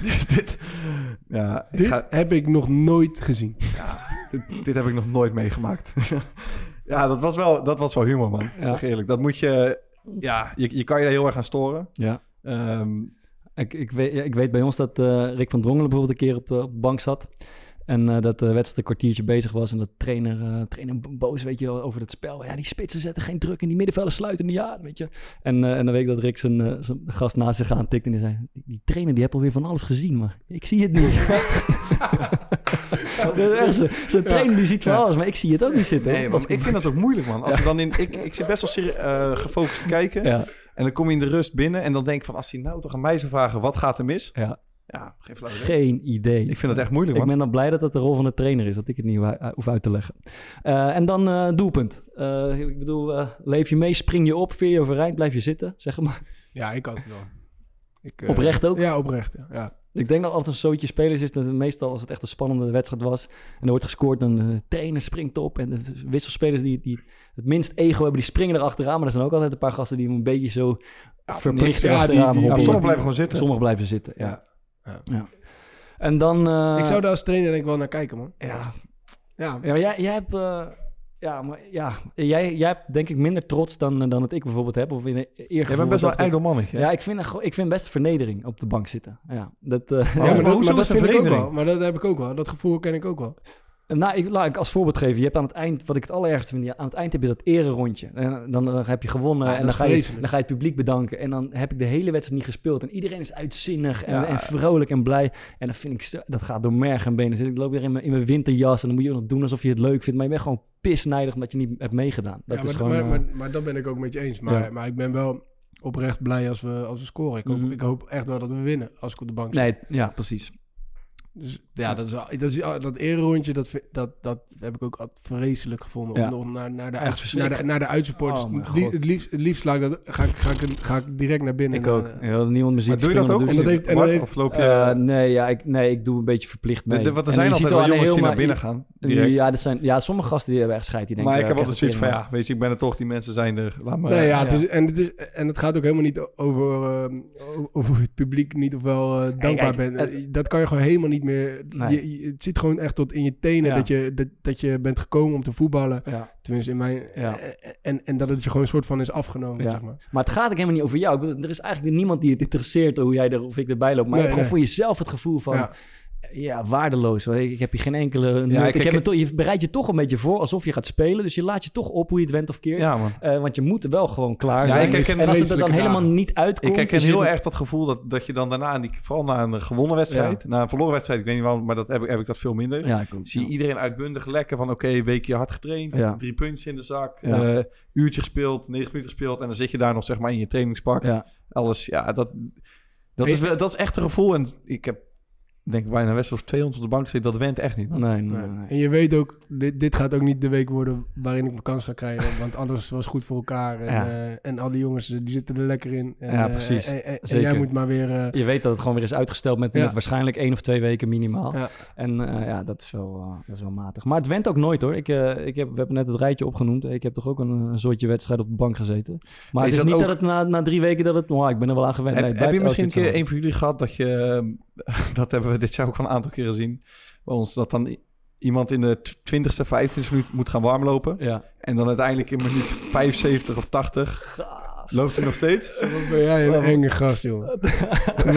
heb ik nog nooit gezien. Ja, dit heb ik nog nooit meegemaakt. Ja, dat was wel humor, man. Ja. Zeg eerlijk. Dat moet je... Ja, je kan je daar heel erg aan storen. Ja. Ik weet bij ons dat Rick van Drongelen bijvoorbeeld een keer op de bank zat. En dat de wedstrijd een kwartiertje bezig was. En dat trainer boos, weet je, over het spel. Ja, die spitsen zetten geen druk en die middenvelden sluiten niet aan, weet je. En dan weet ik dat Rick zijn gast naast zich aantikt. En die zei, die trainer die heeft alweer van alles gezien, maar ik zie het niet. Zo'n trainer die ziet van alles, maar ik zie het ook niet zitten. Nee, maar ik vind dat ook moeilijk, man. Als we dan ik zit best wel gefocust te kijken. Ja. En dan kom je in de rust binnen en dan denk ik van... als hij nou toch aan mij zou vragen, wat gaat er mis? Ja. Ja, geen idee. Ik vind het echt moeilijk, man. Ik ben dan blij dat dat de rol van de trainer is. Dat ik het niet hoef uit te leggen. En dan doelpunt. Ik bedoel, leef je mee, spring je op, veer je overeind, blijf je zitten, zeg maar. Ja, ik ook wel. Oprecht ook? Ja, oprecht. Ja. Ik denk dat altijd een zootje spelers is. Dat het meestal als het echt een spannende wedstrijd was. En er wordt gescoord, dan de trainer springt op. En de wisselspelers die het minst ego hebben, die springen erachteraan. Maar er zijn ook altijd een paar gasten die een beetje zo verplicht achteraan hoppen. Sommigen blijven gewoon zitten. Sommigen blijven zitten, ja. En dan... ik zou daar als trainer denk ik wel naar kijken, man. Ja, maar jij hebt... jij hebt denk ik minder trots dan dat ik bijvoorbeeld heb. Of in een Jij bent best wel ijdelmannig. Ja, ik vind best vernedering op de bank zitten. Ja, dat, maar hoezo is dat vind ik ook wel. Maar dat heb ik ook wel. Dat gevoel ken ik ook wel. Laat ik als voorbeeld geven. Je hebt aan het eind, wat ik het allerergste vind, aan het eind heb je dat ererondje. En dan heb je gewonnen en dan ga je het publiek bedanken. En dan heb ik de hele wedstrijd niet gespeeld. En iedereen is uitzinnig en vrolijk en blij. En dan vind ik, dat gaat door merg en benen. Dus ik loop weer in mijn winterjas en dan moet je nog doen alsof je het leuk vindt. Maar je bent gewoon pisnijdig omdat je niet hebt meegedaan. Dat is gewoon, maar dat ben ik ook met je eens. Maar ik ben wel oprecht blij als we scoren. Ik hoop echt wel dat we winnen als ik op de bank zit. Nee, ja, precies. Dus ja, dat ererondje, dat heb ik ook altijd vreselijk gevonden. Ja. Om nog naar de uitsupporters. Het liefst ga ik direct naar binnen. Ik ook. Niemand me ziet. Maar doe je dat ook? Of loop je... Ik doe een beetje verplicht mee. Want er zijn altijd wel jongens die naar binnen gaan. Direct. Sommige gasten die hebben echt scheid. Die denken, maar ik heb altijd zoiets van, weet je, ik ben er toch, die mensen zijn er. Laat maar. En het gaat ook helemaal niet over het publiek niet of wel dankbaar bent. Dat kan je gewoon helemaal niet meer. Nee. Het zit gewoon echt tot in je tenen dat je bent gekomen om te voetballen. Ja. Tenminste in mijn... Ja. En dat het je gewoon een soort van is afgenomen. Ja. Zeg maar het gaat ook helemaal niet over jou. Ik bedoel, er is eigenlijk niemand die het interesseert hoe jij of ik erbij loop. Maar gewoon voor jezelf het gevoel van... Ja, waardeloos. Ik heb hier geen enkele... je bereidt je toch een beetje voor alsof je gaat spelen. Dus je laat je toch op hoe je het went of keert. Ja, want je moet er wel gewoon klaar zijn. En als het er dan helemaal niet uitkomt... Ik herken heel erg dat gevoel dat je dan daarna... vooral na een gewonnen wedstrijd... Na een verloren wedstrijd, ik weet niet waarom... maar dat heb ik dat veel minder. Ja, zie je iedereen uitbundig lekker van... Oké, weekje hard getraind. 3 puntjes in de zak. Uurtje gespeeld. 9 minuten gespeeld. En dan zit je daar nog zeg maar in je trainingspak. Ja. Alles, dat is echt een gevoel. En ik heb... denk ik bijna een wedstrijd of 200 op de bank zit, dat went echt niet. Nee. En je weet ook, dit gaat ook niet de week worden waarin ik mijn kans ga krijgen, want alles was goed voor elkaar. En al die jongens, die zitten er lekker in. En, precies. En jij moet maar weer... Je weet dat het gewoon weer is uitgesteld met waarschijnlijk 1 of 2 weken minimaal. Ja. En dat is wel matig. Maar het went ook nooit hoor. We hebben net het rijtje opgenoemd. Ik heb toch ook een soortje wedstrijd op de bank gezeten. Maar het is niet dat het na 3 weken dat het... ik ben er wel aan gewend. Heb je misschien een keer een van jullie gehad dat je... dat hebben we dit jaar ook wel een aantal keren gezien bij ons, dat dan iemand in de 20ste, 25ste minuut moet gaan warmlopen. Ja. En dan uiteindelijk in minuut 75 of 80 loopt hij nog steeds. Wat ben jij een enge gast, joh. En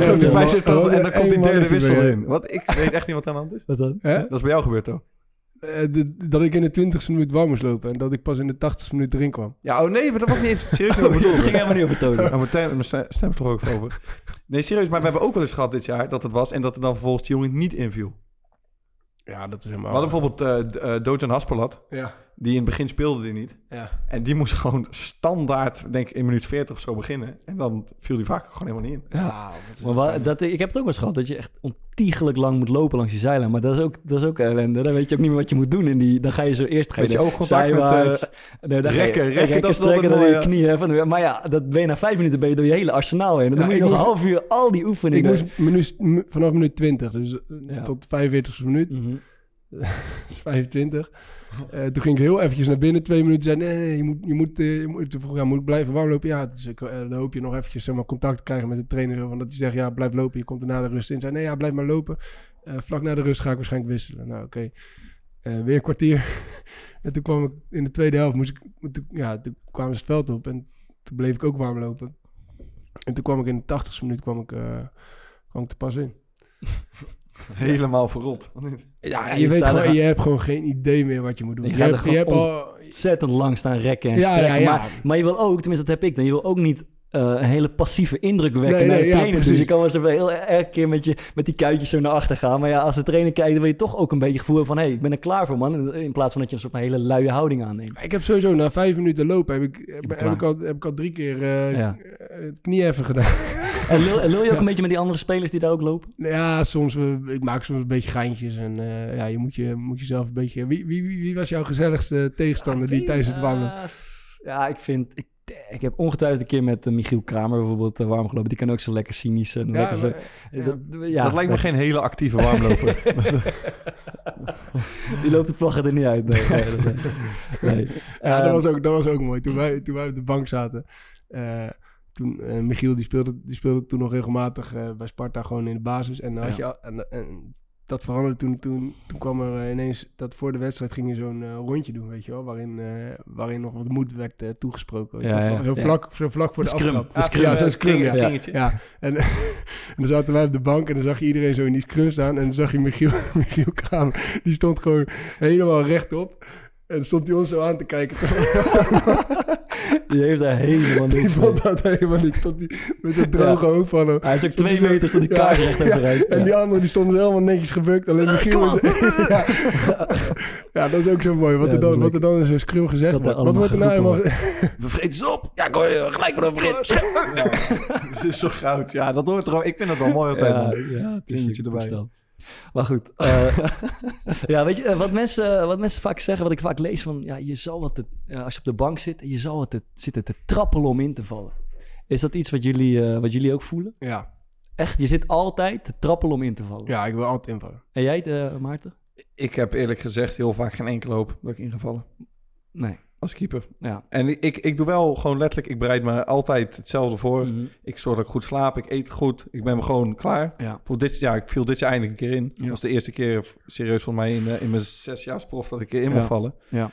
dan komt die derde wissel in. Ik weet echt niet wat er aan de hand is. Wat dan? Dat is bij jou gebeurd, toch? Dat ik in de 20ste minuut warm moest lopen en dat ik pas in de 80ste minuut erin kwam. Ja, nee, maar dat was niet even serieus. Dat ging helemaal niet over tonen. Mijn stem is toch ook over. Nee, serieus, maar we hebben ook wel eens gehad dit jaar dat het was en dat er dan vervolgens die jongen niet inviel. Ja, dat is helemaal... We hadden bijvoorbeeld Dojan Haspelat. Ja. Die in het begin speelde die niet. Ja. En die moest gewoon standaard, denk ik, in minuut 40 of zo beginnen. En dan viel die vaak gewoon helemaal niet in. Ja. Maar ik heb het ook wel eens gehad, dat je echt ontiegelijk lang moet lopen langs die zijlijn. Maar dat is ook ellende. Dan weet je ook niet meer wat je moet doen. Dan ga je zo eerst je oogcontact met rekken, dat strekken dan je knieën. Maar ja, dat ben je na 5 minuten ben je door je hele arsenaal heen. Dan moet je nog een half uur al die oefeningen... Ik moest vanaf minuut 20, dus tot 45e minuut. 25. Toen ging ik heel eventjes naar binnen, 2 minuten. Zei, nee, je moet blijven warmlopen. Ja, dus dan hoop je nog eventjes contact te krijgen met de trainer. Want dat hij zegt, ja, blijf lopen. Je komt er na de rust in. Zei, nee, ja, blijf maar lopen. Vlak na de rust ga ik waarschijnlijk wisselen. Nou, oké. Weer een kwartier. En toen kwam ik in de tweede helft. Toen kwamen ze het veld op. En toen bleef ik ook warm lopen. En toen kwam ik in de 80ste minuut kwam ik te pas in. Helemaal verrot. Ja, je hebt gewoon geen idee meer wat je moet doen. Je hebt al ontzettend lang staan rekken en strekken. Ja. Maar je wil ook, tenminste dat heb ik dan, je wil ook niet een hele passieve indruk wekken naar de trainer. Dus je kan wel eens heel erg keer met die kuitjes zo naar achter gaan. Maar ja, als de trainer kijkt, dan wil je toch ook een beetje het gevoel van... hey, ik ben er klaar voor, man. In plaats van dat je een soort van hele luie houding aanneemt. Ik heb sowieso na 5 minuten lopen heb ik al 3 keer het knie even gedaan. En lul je ook een beetje met die andere spelers die daar ook lopen? Ja, soms. Ik maak soms een beetje geintjes. En je moet jezelf een beetje... Wie was jouw gezelligste tegenstander die tijdens het warmlopen? Ja, ik vind... Ik heb ongetwijfeld een keer met Michiel Kramer bijvoorbeeld warm gelopen. Die kan ook zo lekker cynisch en lekker zo. Dat lijkt me geen hele actieve warmloper. Die loopt de vlaggen er niet uit. Nee. Dat was ook mooi. Toen wij op de bank zaten... Michiel die speelde toen nog regelmatig bij Sparta gewoon in de basis. En, en dat veranderde toen kwam er ineens dat voor de wedstrijd ging je zo'n rondje doen, weet je wel. Waarin nog wat moed werd toegesproken. Heel vlak voor de aftrap. Zo'n scrum. Ja. En dan zaten wij op de bank en dan zag je iedereen zo in die scrum staan. En dan zag je Michiel Kramer. Die stond gewoon helemaal rechtop. En stond hij ons zo aan te kijken. Die heeft daar helemaal niks Die vond dat helemaal niks. Stond die met een droge hoofd van hem. Hij is ook 2 meter, stond die kaart recht overeind. En die anderen die stonden helemaal netjes gebukt. Alleen Michiel dat is ook zo mooi. Wat er dan in zo'n scrum gezegd wordt. Wat wordt er nou helemaal... We vreten ze op! Ja, ik hoor je gelijk wat over Dat is zo goud. Ja, dat hoort er ook. Ik vind het wel mooi altijd. Ja, het is erbij. Maar goed. Weet je, wat mensen vaak zeggen, wat ik vaak lees van... Ja, je zal als je op de bank zit, je zal zitten te trappelen om in te vallen. Is dat iets wat jullie ook voelen? Ja. Echt? Je zit altijd te trappelen om in te vallen? Ja, ik wil altijd invallen. En jij, Maarten? Ik heb eerlijk gezegd heel vaak geen enkele hoop dat ik ingevallen. Nee. Als keeper. Ja. En ik doe wel gewoon letterlijk... Ik bereid me altijd hetzelfde voor. Mm-hmm. Ik zorg dat ik goed slaap. Ik eet goed. Ik ben me gewoon klaar. Ja. Ik viel dit jaar eindelijk een keer in. Ja. Dat was de eerste keer serieus voor mij in mijn 6-jaarsprof... dat ik in mag vallen. Ja.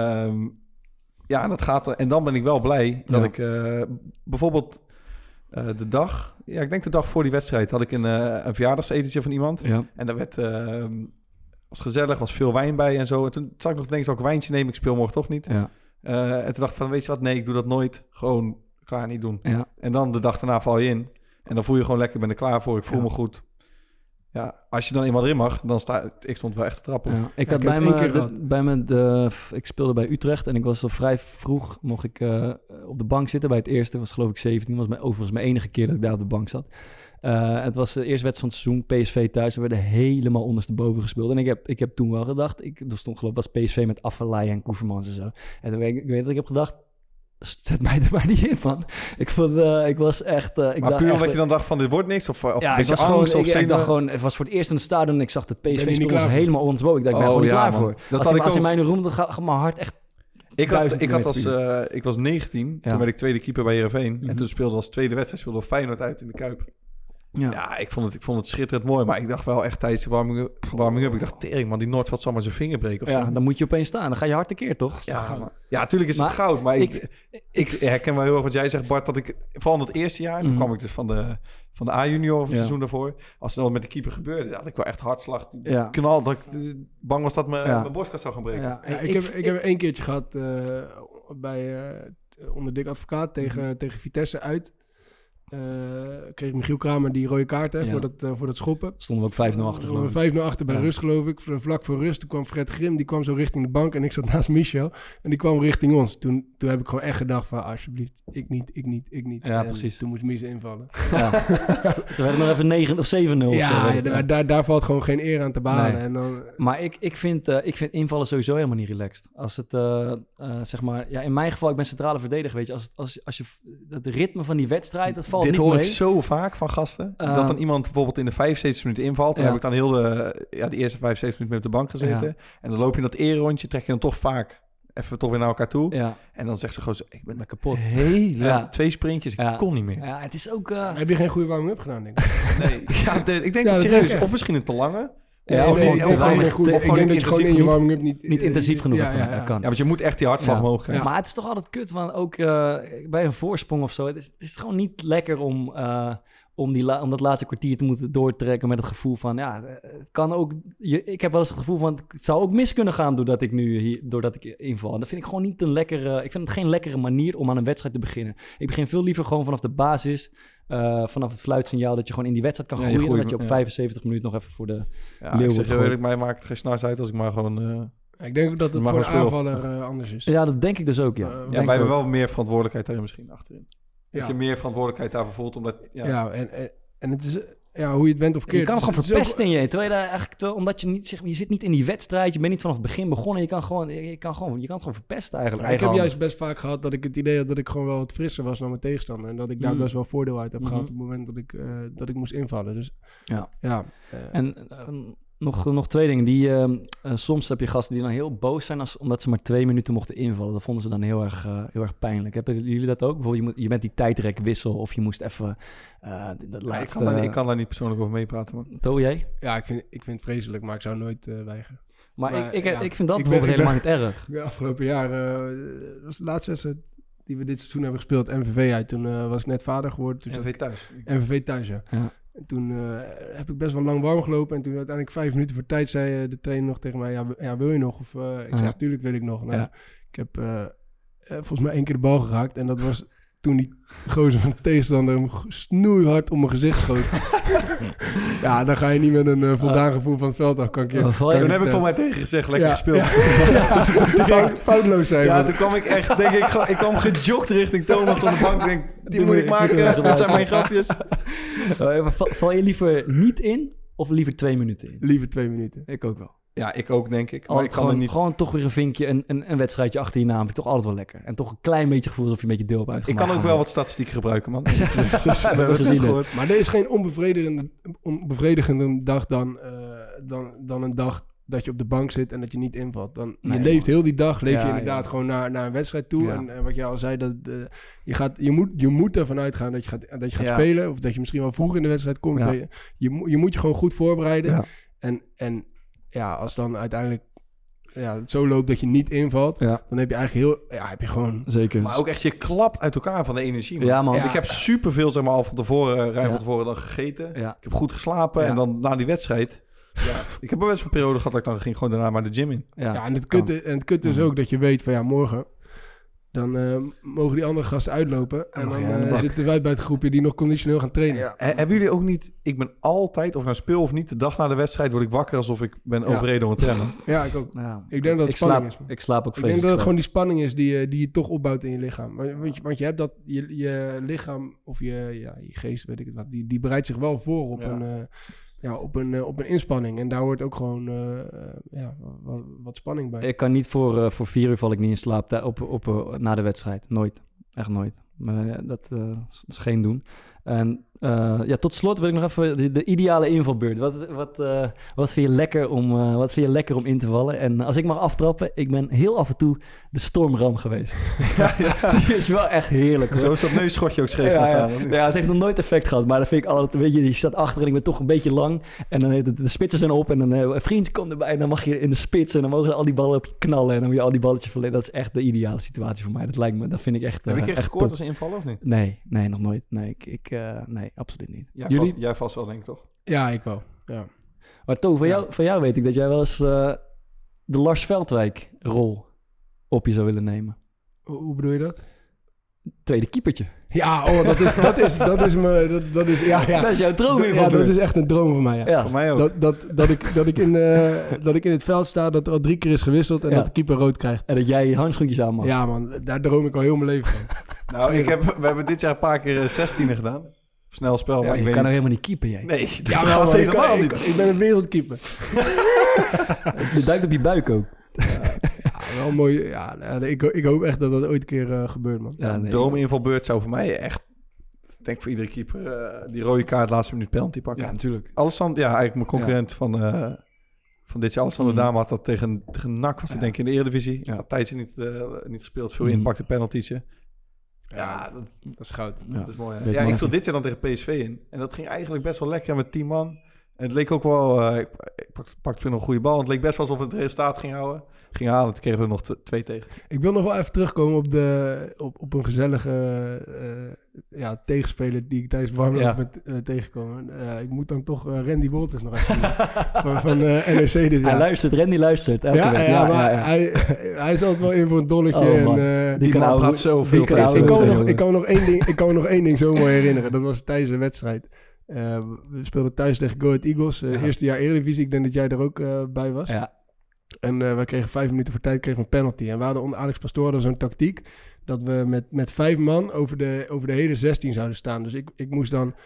En dat gaat... En dan ben ik wel blij dat ik... bijvoorbeeld de dag... Ja, ik denk de dag voor die wedstrijd... had ik een verjaardagsetentje van iemand. Ja. En daar werd... was gezellig, was veel wijn bij en zo. En toen zag ik nog denken, zal ik een wijntje nemen? Ik speel morgen toch niet. Ja. En toen dacht ik van, weet je wat? Nee, ik doe dat nooit. Gewoon klaar niet doen. Ja. En dan de dag daarna val je in. En dan voel je gewoon lekker, ik ben er klaar voor. Ik voel me goed. Ja, als je dan eenmaal erin mag, dan ik stond wel echt te trappen. Ja. Ik had ik speelde bij Utrecht en ik was al vrij vroeg, mocht ik op de bank zitten bij het eerste. Was geloof ik 17, was overigens mijn enige keer dat ik daar op de bank zat. Het was de eerste wedstrijd van het seizoen, PSV thuis. We werden helemaal ondersteboven gespeeld. En ik heb toen wel gedacht, er stond geloof ik, was PSV met Affelay en Koevermans en zo. En toen ik weet dat ik heb gedacht, zet mij er maar niet in, man. Ik was echt... maar puur omdat je dan dacht van, dit wordt niks? Of ja, ik was angst, gewoon... Ik dacht gewoon, het was voor het eerst in het stadion en ik zag dat PSV speelde helemaal ondersteboven. Ik dacht, ik ben gewoon niet klaar voor. Als in mijn room, dan gaat mijn hart echt... Ik was 19, toen werd ik tweede keeper bij Heerenveen. Mm-hmm. En toen speelde als tweede wedstrijd, speelde Feyenoord uit in de Kuip. Ja, ik vond het schitterend mooi. Maar ik dacht wel echt tijdens de warming up. Ik dacht, tering man, die Noordvat zal maar zijn vinger breken of zo. Dan moet je opeens staan. Dan ga je hard tekeer, toch? Ja, natuurlijk is het goud. Maar ik herken wel heel erg wat jij zegt, Bart. Dat ik, vooral in het eerste jaar, toen kwam ik dus van de A-junior of het seizoen daarvoor. Als het dan met de keeper gebeurde, had ik wel echt hartslag. Knal, dat ik bang was dat mijn borstkas zou gaan breken. Ja, ik heb 1 keertje gehad onder Dick Advocaat tegen Vitesse uit. Kreeg Michiel Kramer die rode kaart voor dat schoppen. Stonden we ook 5-0 achter, geloof ik. 5-0 achter bij rust, geloof ik. Vlak voor rust, toen kwam Fred Grim, die kwam zo richting de bank en ik zat naast Michel. En die kwam richting ons. Toen heb ik gewoon echt gedacht van, alsjeblieft, ik niet. Ja, en precies. Toen moest Mies invallen. Ja. Toen werd het nog even 9 of 7-0. Ja, daar valt gewoon geen eer aan te behalen. Nee. En dan... Maar ik vind invallen sowieso helemaal niet relaxed. Als het, zeg maar, in mijn geval, ik ben centrale verdediger, weet je. Als je het ritme van die wedstrijd, dat valt niet mee. Dit hoor ik zo vaak van gasten. Dat dan iemand bijvoorbeeld in de 75 minuten invalt. Dan heb ik dan heel de eerste 75 minuten mee op de bank gezeten. Ja. En dan loop je dat ererondje, trek je dan toch vaak even toch weer naar elkaar toe. Ja. En dan zegt ze gewoon zo, ik ben kapot. 2 sprintjes, ik kon niet meer. Ja, het is ook... Heb je geen goede warming-up gedaan, denk ik? Nee, ik denk dat serieus. Of misschien een te lange. Ja, ik denk dat je gewoon in je warming-up niet intensief genoeg kan. Ja, want je moet echt die hartslag omhoog krijgen. Maar het is toch altijd kut, want ook bij een voorsprong of zo, het is gewoon niet lekker om dat laatste kwartier te moeten doortrekken met het gevoel van, het kan ook... Ik heb wel eens het gevoel van, het zou ook mis kunnen gaan doordat ik inval. En dat vind ik gewoon niet ik vind het geen lekkere manier om aan een wedstrijd te beginnen. Ik begin veel liever gewoon vanaf de basis... vanaf het fluitsignaal dat je gewoon in die wedstrijd kan groeien... en dat je op 75 minuten nog even voor de leeuw ik zeg heel eerlijk, mij maakt het geen snars uit als ik maar gewoon... ik denk ook dat het voor een aanvaller anders is. Ja, dat denk ik dus ook, ja. Wij hebben wel meer verantwoordelijkheid daarin misschien achterin. Dat je meer verantwoordelijkheid daarvoor voelt, omdat... En het is... hoe je het bent of keert. Je kan gewoon verpesten in je. Terwijl je daar eigenlijk, omdat je niet, zeg maar, je zit niet in die wedstrijd, je bent niet vanaf het begin begonnen. Je kan het gewoon verpesten eigenlijk. Ik heb juist best vaak gehad dat ik het idee had dat ik gewoon wel wat frisser was dan mijn tegenstander. En dat ik daar best wel voordeel uit heb gehad op het moment dat ik moest invallen. Dus Nog 2 dingen. Soms heb je gasten die dan heel boos zijn omdat ze maar 2 minuten mochten invallen. Dat vonden ze dan heel erg pijnlijk. Hebben jullie dat ook? Bijvoorbeeld je bent die tijdrekwissel of je moest even dat laatste... Ik kan daar niet persoonlijk over meepraten, man. Toe jij? Ja, ik vind het vreselijk, maar ik zou nooit weigeren. Maar ik vind dat bijvoorbeeld helemaal niet erg. Ja, afgelopen jaar was de laatste wedstrijd die we dit seizoen hebben gespeeld, MVV uit. Toen was ik net vader geworden. MVV thuis, ja. En toen heb ik best wel lang warm gelopen. En toen uiteindelijk 5 minuten voor tijd zei de trainer nog tegen mij... Ja, wil je nog? Of ik zei, tuurlijk wil ik nog. Nou, ik heb volgens mij 1 keer de bal geraakt. En dat was toen die gozer van de tegenstander hem snoeihard op mijn gezicht schoot. Ja, dan ga je niet met een voldaan gevoel van het veld af. Toen heb ik voor mij tegen gezegd, lekker gespeeld. Foutloos zijn. Ja, toen kwam ik echt, denk ik kwam gejogd richting Thomas op de bank. Denk, die moet ik maken. Dat zijn mijn grapjes. Val je liever niet in of liever 2 minuten in? Liever 2 minuten. Ik ook wel. Ja, ik ook, denk ik. Maar ik kan gewoon toch weer een vinkje, een wedstrijdje achter je naam. Vind ik toch altijd wel lekker. En toch een klein beetje gevoel alsof je een beetje deel hebt uitgemaakt. Ik kan ook wel wat statistieken gebruiken, man. We hebben gezien het. Maar er is geen onbevredigende dag dan een dag dat je op de bank zit en dat je niet invalt. Je leeft heel die dag, je inderdaad gewoon naar een wedstrijd toe. Ja. En wat je al zei, dat je moet ervan uitgaan dat je gaat spelen. Of dat je misschien wel vroeg in de wedstrijd komt. Ja. Je moet je gewoon goed voorbereiden. Ja. En als dan uiteindelijk het zo loopt dat je niet invalt, dan heb je eigenlijk heb je gewoon... Zeker. Maar ook echt, je klapt uit elkaar van de energie, man. Ja, man. Ik heb superveel, zeg maar, al van tevoren, van tevoren dan gegeten. Ja. Ik heb goed geslapen en dan na die wedstrijd... Ja, ik heb best een periode gehad dat ik dan ging gewoon daarna maar de gym in. Ja, en het kut is ook dat je weet van morgen... Dan mogen die andere gasten uitlopen. En dan zitten wij bij het groepje die nog conditioneel gaan trainen. Ja. Hebben jullie ook niet... Ik ben altijd, of nou speel of niet, de dag na de wedstrijd word ik wakker alsof ik ben overreden door een trainer. Ja, ik ook. Ja. Ik denk dat het spanning is. Ik slaap ook vreselijk. Ik denk dat het gewoon die spanning is die je toch opbouwt in je lichaam. Want je hebt dat... Je lichaam of je geest, weet ik het wat, die bereidt zich wel voor op op een inspanning. En daar hoort ook gewoon wat spanning bij. Ik kan niet voor 4 uur val ik niet in slaap na de wedstrijd. Nooit. Echt nooit. Maar dat is geen doen. En tot slot wil ik nog even de ideale invalbeurt. Wat vind je lekker om in te vallen? En als ik mag aftrappen, ik ben heel af en toe de stormram geweest. Die is wel echt heerlijk. Zo is dat neusschotje ook scheef gaan staan. Ja, het heeft nog nooit effect gehad. Maar dat vind ik altijd, weet je staat achter en ik ben toch een beetje lang. En dan de spitsen zijn op en dan een vriendje komt erbij. En dan mag je in de spits en dan mogen al die ballen op je knallen. En dan moet je al die balletjes verleden. Dat is echt de ideale situatie voor mij. Dat vind ik echt... Heb je gescoord als invaller of niet? Nee, nog nooit. Nee, absoluut niet. Jij vast wel, denk ik, toch? Ja, ik wel. Ja. Maar To, van jou weet ik dat jij wel eens de Lars Veldwijk-rol op je zou willen nemen. Hoe bedoel je dat? Tweede keepertje. Ja, dat is jouw droom. Ja, dat is echt een droom van mij. Ja. Ja, voor mij ook. Dat ik in het veld sta, dat er al 3 keer is gewisseld en dat de keeper rood krijgt. En dat jij handschoentjes aan mag. Ja, man, daar droom ik al heel mijn leven van. Nou, we hebben dit jaar een paar keer 16e gedaan. Snel spel, maar je kan nou helemaal niet keeper, jij. Nee, dat gaat helemaal niet. Ik ben een wereldkeeper. Je duikt op je buik ook. Ja, wel mooi. Ja, ik hoop echt dat dat ooit een keer gebeurt, man. Ja, droominvalbeurt zou voor mij echt... Ik denk voor iedere keeper die rode kaart laatste minuut penalty pakken. Ja, natuurlijk. Alessandro, eigenlijk mijn concurrent van dit jaar. Alessandro Dame had dat tegen NAC, was hij denk ik in de Eredivisie. Ja. Had tijdje niet gespeeld, veel impact en penalty'tje. Ja, dat is goud. Ja. Dat is mooi. Ja, ik viel dit jaar dan tegen PSV in. En dat ging eigenlijk best wel lekker met 10 man. En het leek ook wel... ik pakte toen nog een goede bal. En het leek best wel alsof het resultaat ging halen. Toen kregen we nog 2 tegen. Ik wil nog wel even terugkomen op een gezellige tegenspeler die ik tijdens warmloop ben tegengekomen. Ik moet dan toch Randy Wolters nog even van NEC dit jaar. Randy luistert. Hij is altijd wel in voor een dolletje. Die man praat zoveel. Ik kan me nog één ding zo mooi herinneren. Dat was tijdens een wedstrijd. We speelden thuis tegen Go Ahead Eagles. Eerste jaar Eredivisie. Ik denk dat jij er ook bij was. Ja. En wij kregen 5 minuten voor tijd een penalty. En we hadden onder Alex Pastoor zo'n tactiek... dat we met 5 man over de hele 16 zouden staan. Dus ik moest dan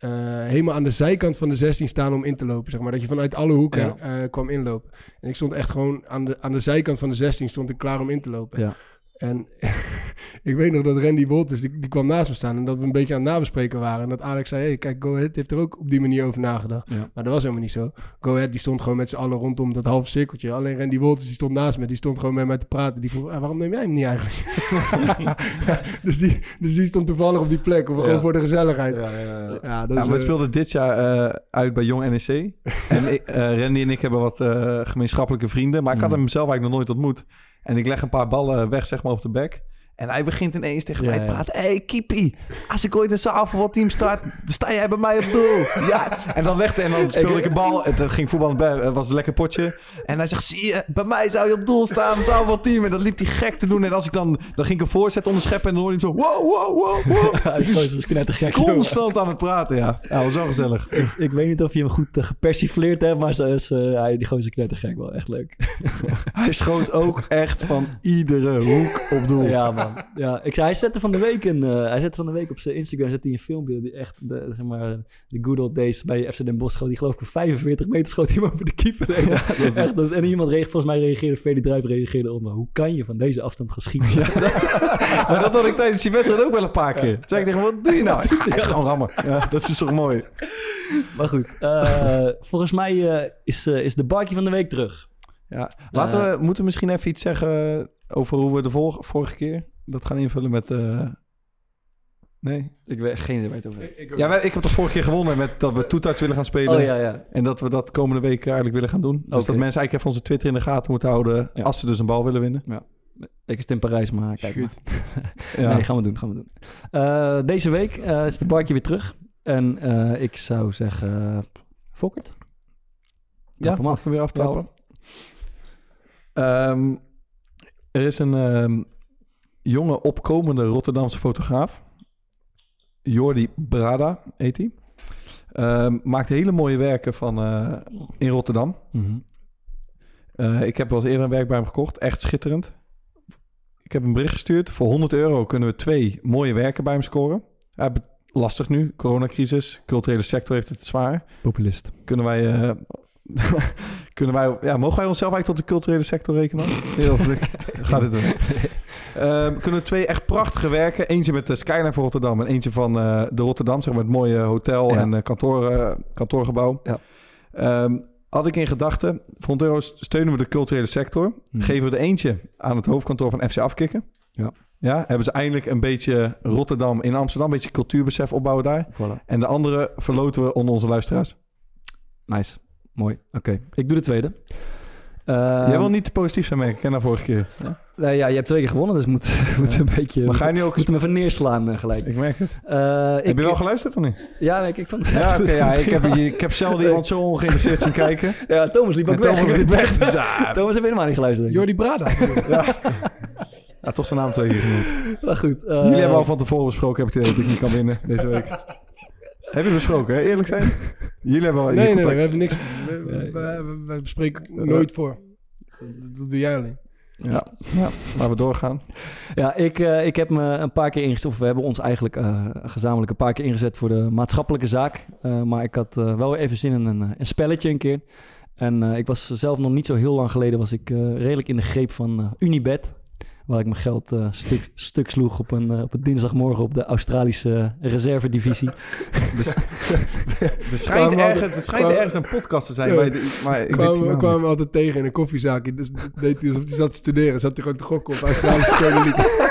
helemaal aan de zijkant van de 16 staan om in te lopen. Zeg maar. Dat je vanuit alle hoeken kwam inlopen. En ik stond echt gewoon aan de zijkant van de 16 stond ik klaar om in te lopen. Ja. En ik weet nog dat Randy Wolters, die kwam naast me staan en dat we een beetje aan het nabespreken waren. En dat Alex zei, hey, kijk, Go Ahead heeft er ook op die manier over nagedacht. Ja. Maar dat was helemaal niet zo. Go Ahead, die stond gewoon met z'n allen rondom dat halve cirkeltje. Alleen Randy Wolters, die stond naast me, die stond gewoon met mij te praten. Die vroeg, waarom neem jij hem niet eigenlijk? dus die stond toevallig op die plek, of gewoon voor de gezelligheid. We speelden dit jaar uit bij Jong NEC. En Randy en ik hebben wat gemeenschappelijke vrienden, maar ik had hem zelf eigenlijk nog nooit ontmoet. En ik leg een paar ballen weg, zeg maar, op de bek. En hij begint ineens tegen mij te praten. Hey, Kiepie, als ik ooit een zaalvoetbalteam start, dan sta jij bij mij op doel. Ja. En dan speelde ik een bal. Het ging voetballen bij, het was een lekker potje. En hij zegt, zie je, bij mij zou je op doel staan, een zaalvoetbalteam. En dat liep hij gek te doen. En als ik dan ging ik een voorzet onderscheppen en dan hoorde hij zo, wow. Hij is gewoon knettergek. Constant aan het praten, ja. Ja, was wel gezellig. Ik weet niet of je hem goed gepersifleerd hebt, maar die gozer is knettergek, wel echt leuk. Hij schoot ook echt van iedere hoek op doel. Ja, man. Ja, hij zette van de week op zijn Instagram een filmpje die echt de good old days bij FC Den Bosch schoot. Die geloof ik voor 45 meter schoot hij hem over de keeper. Ja, echt, en iemand volgens mij reageerde, Freddy Druijf reageerde op, maar hoe kan je van deze afstand gaan schieten? Ja. Maar dat had ik tijdens die wedstrijd ook wel een paar keer. Zei ik tegen hem, wat doe je nou? Hij is gewoon rammen. Ja, dat is toch mooi. Maar goed, volgens mij is de Barkie van de week terug. Ja, moeten we misschien even iets zeggen over hoe we de vorige keer dat gaan invullen met... Nee? Ik weet geen idee waar je het over hebt. Ik heb toch vorige keer gewonnen met dat we Toetarts willen gaan spelen. Oh, ja. En dat we dat komende week eigenlijk willen gaan doen. Dus dat mensen eigenlijk even onze Twitter in de gaten moeten houden als ze dus een bal willen winnen. Ja. Ik is het in Parijs, maar kijk maar. Nee, gaan we doen. Deze week is de Barkie weer terug. En ik zou zeggen... Fokkert? Ja, mag ik hem weer aftrappen? Er is een jonge opkomende Rotterdamse fotograaf. Jordi Brada heet hij. Maakt hele mooie werken in Rotterdam. Mm-hmm. Ik heb wel eens eerder een werk bij hem gekocht. Echt schitterend. Ik heb een bericht gestuurd. Voor €100 kunnen we 2 mooie werken bij hem scoren. Hij heeft het lastig nu. Coronacrisis. Culturele sector heeft het zwaar. Populist. Kunnen wij... mogen wij onszelf eigenlijk tot de culturele sector rekenen? Heel gaat het doen. Kunnen we 2 echt prachtige werken. Eentje met de Skyline van Rotterdam en eentje van de Rotterdam, zeg maar, het mooie hotel en kantoorgebouw. Ja. Had ik in gedachten, voor €100 steunen we de culturele sector. Geven we er eentje aan het hoofdkantoor van FC Afkikken. Ja, hebben ze eindelijk een beetje Rotterdam in Amsterdam, een beetje cultuurbesef opbouwen daar. Voilà. En de andere verloten we onder onze luisteraars. Nice. Mooi. Oké. Ik doe de tweede. Jij wil niet te positief zijn, merk ik, na vorige keer. Ja? Je hebt 2 keer gewonnen, dus moet een beetje... Maar ga je nu ook... Moet hem even neerslaan gelijk. Ik merk het. Heb je wel geluisterd of niet? Ja, ik vond het echt goed. Ik heb zelden iemand zo ongeïnteresseerd zien kijken. Ja, Thomas liep ook weg. Dus, Thomas heeft helemaal niet geluisterd. Jordi Brada. Ja, toch zijn naam 2 keer genoemd. Maar goed. Jullie hebben al van tevoren besproken, heb ik het idee dat ik niet kan winnen deze week. Heb je besproken, hè? Eerlijk zijn? Jullie hebben wel... Nee, we hebben niks... We bespreken nooit voor. Dat doe jij alleen. Ja, laten we doorgaan. Ja, ik heb me een paar keer ingezet... Of we hebben ons eigenlijk gezamenlijk een paar keer ingezet voor de maatschappelijke zaak. Maar ik had wel even zin in een spelletje een keer. En ik was zelf nog niet zo heel lang geleden... was ik redelijk in de greep van Unibet... waar ik mijn geld stuk sloeg op een dinsdagmorgen op de Australische reservedivisie. Dus, er schijnt ergens een podcast te zijn. We kwamen altijd tegen in een koffiezaakje. Dus deed hij alsof hij zat te studeren. Zat hij gewoon te gokken op Australische Premier League.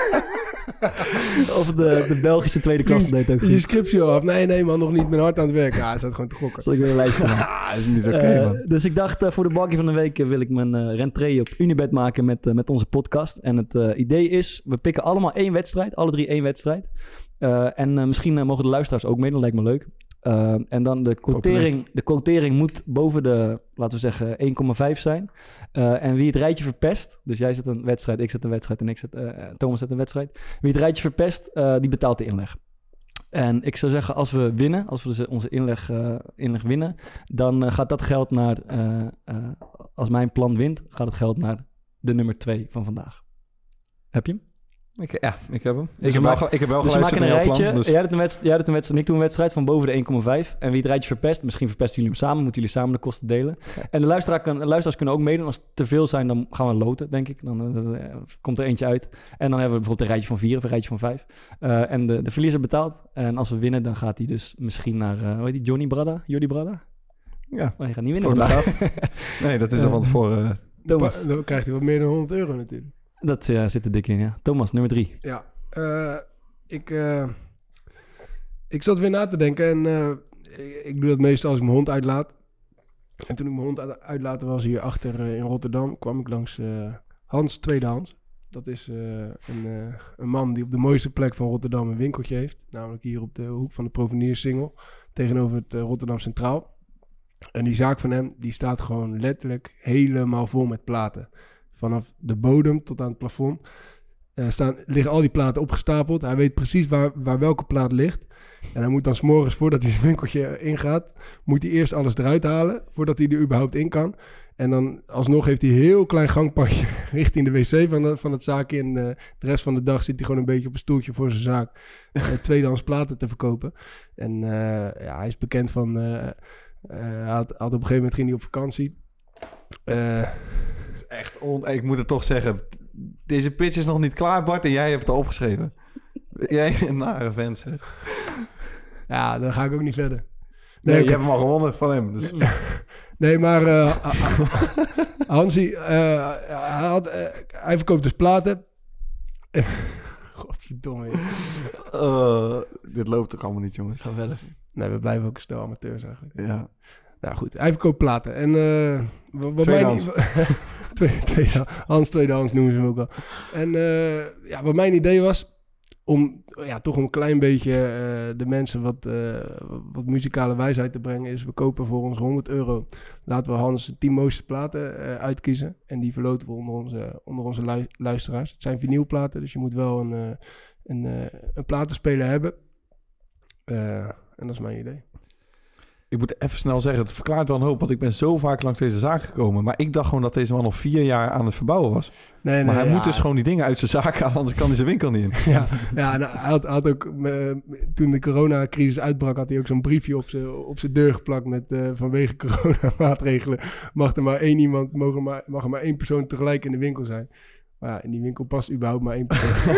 Of de Belgische tweede klasse deed ook. Je scriptie al af. Nee man, nog niet. Mijn hart aan het werk. Ja, hij zat gewoon te gokken. Zal ik weer een lijst maken? Dat is niet oké, man. Dus ik dacht, voor de Barkie van de week wil ik mijn rentree op Unibet maken met onze podcast. En het idee is, we pikken allemaal 1 wedstrijd. Alle 3 1 wedstrijd. En misschien mogen de luisteraars ook mee. Dat lijkt me leuk. En dan de quotering moet boven de, laten we zeggen, 1,5 zijn. En wie het rijtje verpest, dus jij zet een wedstrijd, ik zet een wedstrijd en Thomas zet een wedstrijd. Wie het rijtje verpest, die betaalt de inleg. En ik zou zeggen, als we winnen, als we dus onze inleg winnen, dan gaat dat geld naar, als mijn plan wint, gaat het geld naar de nummer 2 van vandaag. Heb je hem? Ik heb hem. Dus ik heb wel geluisterd naar jouw plan. Dus... Jij had een wedstrijd en ik doe een wedstrijd van boven de 1,5. En wie het rijtje verpest, misschien verpesten jullie hem samen. Moeten jullie samen de kosten delen. Ja. En de luisteraars kunnen ook meedoen. Als het te veel zijn, dan gaan we loten, denk ik. Dan komt er eentje uit. En dan hebben we bijvoorbeeld een rijtje van 4 of een rijtje van 5. En de verliezer betaalt. En als we winnen, dan gaat hij dus misschien naar... hoe heet die? Jordi Brada? Ja. Maar je gaat niet winnen vandaag. Nee, dat is er van tevoren. Thomas. Dan krijgt hij wat meer dan €100 natuurlijk. Dat zit er dik in, ja. Thomas, nummer 3. Ja, ik zat weer na te denken en ik doe dat meestal als ik mijn hond uitlaat. En toen ik mijn hond uitlaten was hier achter in Rotterdam, kwam ik langs Hans Tweedehands. Dat is een man die op de mooiste plek van Rotterdam een winkeltje heeft. Namelijk hier op de hoek van de Proveniersingel, tegenover het Rotterdam Centraal. En die zaak van hem, die staat gewoon letterlijk helemaal vol met platen. Vanaf de bodem tot aan het plafond liggen al die platen opgestapeld. Hij weet precies waar welke plaat ligt. En hij moet dan 's morgens, voordat hij zijn winkeltje ingaat, moet hij eerst alles eruit halen, voordat hij er überhaupt in kan. En dan alsnog heeft hij een heel klein gangpadje richting de wc van het zaakje. En de rest van de dag zit hij gewoon een beetje op een stoeltje voor zijn zaak tweedehands platen te verkopen. En hij is bekend van... hij had op een gegeven moment ging hij op vakantie. Is echt ik moet het toch zeggen. Deze pitch is nog niet klaar, Bart, en jij hebt het al opgeschreven. Jij een nare vent, zeg. Ja, dan ga ik ook niet verder. Nee, je hebt hem al gewonnen van hem. Dus. Nee, maar Hansie, hij verkoopt dus platen. Godverdomme. Dit loopt ook allemaal niet, jongens. Ga verder. Nee, we blijven ook snel amateurs eigenlijk. Ja. Nou goed, hij verkoopt platen. En Tweedehands. Hans Tweedehands noemen ze hem ook al. En wat mijn idee was, om toch een klein beetje de mensen wat muzikale wijsheid te brengen, is we kopen voor ons €100. Laten we Hans 10 mooiste platen uitkiezen. En die verloten we onder onze luisteraars. Het zijn vinylplaten, dus je moet wel een platenspeler hebben. En dat is mijn idee. Ik moet even snel zeggen, het verklaart wel een hoop, want ik ben zo vaak langs deze zaak gekomen. Maar ik dacht gewoon dat deze man al 4 jaar aan het verbouwen was. Nee, maar hij moet dus gewoon die dingen uit zijn zaak halen, anders kan hij zijn winkel niet in. Ja, en hij had ook, toen de coronacrisis uitbrak, had hij ook zo'n briefje op zijn deur geplakt met vanwege coronamaatregelen mag er maar 1 persoon tegelijk in de winkel zijn. Maar ja, in die winkel past überhaupt maar 1 persoon.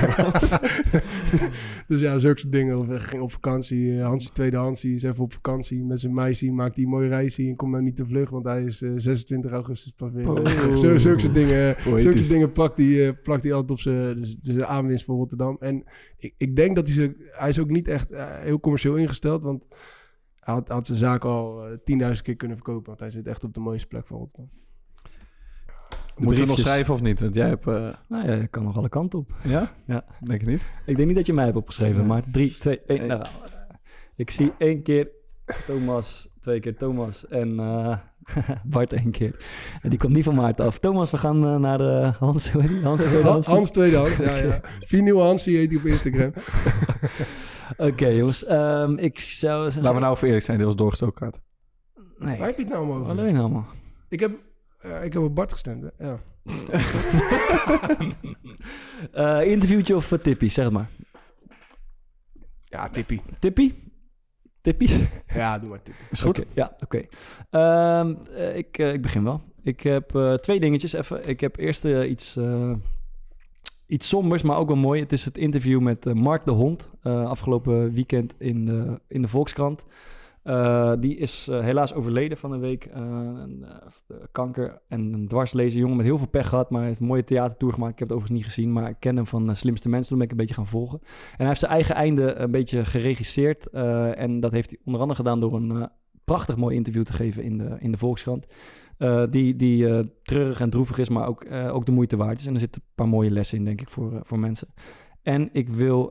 Dus ja, zulke soort dingen. Of ging op vakantie. Hansie Tweedehandsie is even op vakantie met zijn meisje. Maakt die een mooie reis en komt nou niet te vlug. Want hij is 26 augustus pas weer. Zulke soort dingen plakt hij altijd op zijn aanwinst voor Rotterdam. En ik denk dat hij is ook niet echt heel commercieel ingesteld. Want hij had zijn zaak al 10.000 keer kunnen verkopen. Want hij zit echt op de mooiste plek van Rotterdam. Moeten we nog schrijven of niet? Want jij hebt... Nou ja, je kan nog alle kanten op. Ja? Ja. Denk ik niet. Ik denk niet dat je mij hebt opgeschreven, maar 3, 2, 1. Nou, ik zie 1 keer Thomas, 2 keer Thomas en Bart 1 keer. En die komt niet van Maarten af. Thomas, we gaan naar Hans. Hoe heet die? Hans Tweedehands, ja. Vinyl Hansie heet hij op Instagram. Oké, jongens. Ik zou zeggen... Laten we nou voor eerlijk zijn, dit was doorgestoken kaart. Nee. Waar heb je het nou over? Alleen allemaal. Ik heb op Bart gestemd, hè? Ja. Interviewtje of tippie, zeg maar. Ja, tippie. Tippie? Ja, doe maar tippie. Is goed? Oké. Ik begin wel. Ik heb 2 dingetjes even. Ik heb eerst iets sombers, maar ook wel mooi. Het is het interview met Mark de Hond. Afgelopen weekend in de Volkskrant. Die is helaas overleden van een week. Kanker en een dwarslezen. Jongen met heel veel pech gehad, maar hij heeft een mooie theatertour gemaakt. Ik heb het overigens niet gezien, maar ik ken hem van Slimste Mensen. Toen ben ik een beetje gaan volgen. En hij heeft zijn eigen einde een beetje geregisseerd. En dat heeft hij onder andere gedaan door een prachtig mooi interview te geven in de Volkskrant. Die treurig en droevig is, maar ook de moeite waard is. En er zitten een paar mooie lessen in, denk ik, voor mensen. En ik wil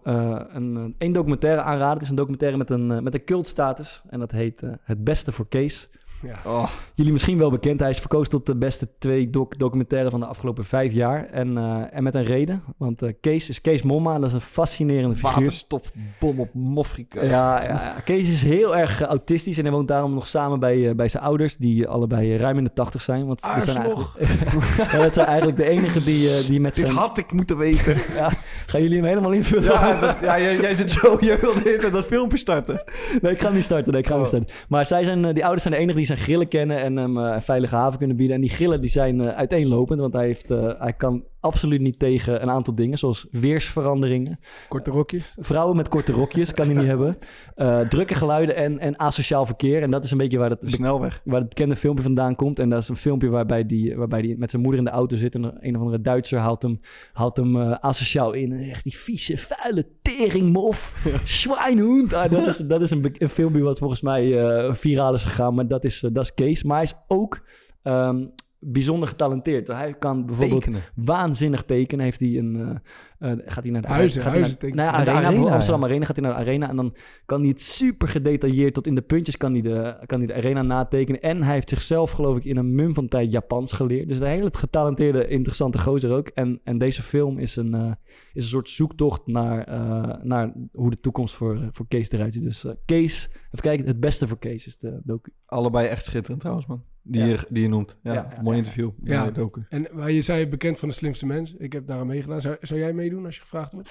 een documentaire aanraden. Het is een documentaire met een cultstatus. En dat heet Het Beste voor Kees. Ja. Jullie misschien wel bekend. Hij is verkozen tot de beste 2 documentaire van de afgelopen 5 jaar. En met een reden. Want Kees Momma, dat is een fascinerende figuur. Waterstofbom op Mofrika. Ja, Kees is heel erg autistisch. En hij woont daarom nog samen bij zijn ouders. Die allebei ruim in de 80 zijn. Want dat zijn eigenlijk de enigen die met zijn... Dit had ik moeten weten. Ja, gaan jullie hem helemaal invullen? Jij zit zo... Jij wilde dat filmpje starten. Nee, ik ga hem niet starten. Maar die ouders zijn de enigen die zijn grillen kennen en hem een veilige haven kunnen bieden. En die grillen die zijn uiteenlopend, want hij kan absoluut niet tegen een aantal dingen, zoals weersveranderingen. Korte rokjes. Vrouwen met korte rokjes kan hij niet hebben. Drukke geluiden en asociaal verkeer. En dat is een beetje waar het bekende filmpje vandaan komt. En dat is een filmpje waarbij die met zijn moeder in de auto zit. En een of andere Duitser haalt hem asociaal in. En echt die vieze, vuile teringmof. Schweinhund. Dat is een filmpje wat volgens mij viraal is gegaan. Maar dat is Kees. Maar hij is ook... bijzonder getalenteerd. Hij kan bijvoorbeeld waanzinnig tekenen. Heeft hij gaat hij naar de huizen tekenen. Arena, Amsterdam Arena gaat hij naar de Arena en dan kan hij het super gedetailleerd tot in de puntjes kan hij de Arena natekenen. En hij heeft zichzelf, geloof ik, in een mum van tijd Japans geleerd. Dus een hele getalenteerde, interessante gozer ook. En deze film is een soort zoektocht naar hoe de toekomst voor Kees eruit ziet. Dus Kees, even kijken, het beste voor Kees is de docu. Allebei echt schitterend trouwens, man. Die je noemt. Mooi interview. Ja, docu. En je zei bekend van de slimste mens. Ik heb daar meegedaan. Zou jij meedoen als je gevraagd wordt?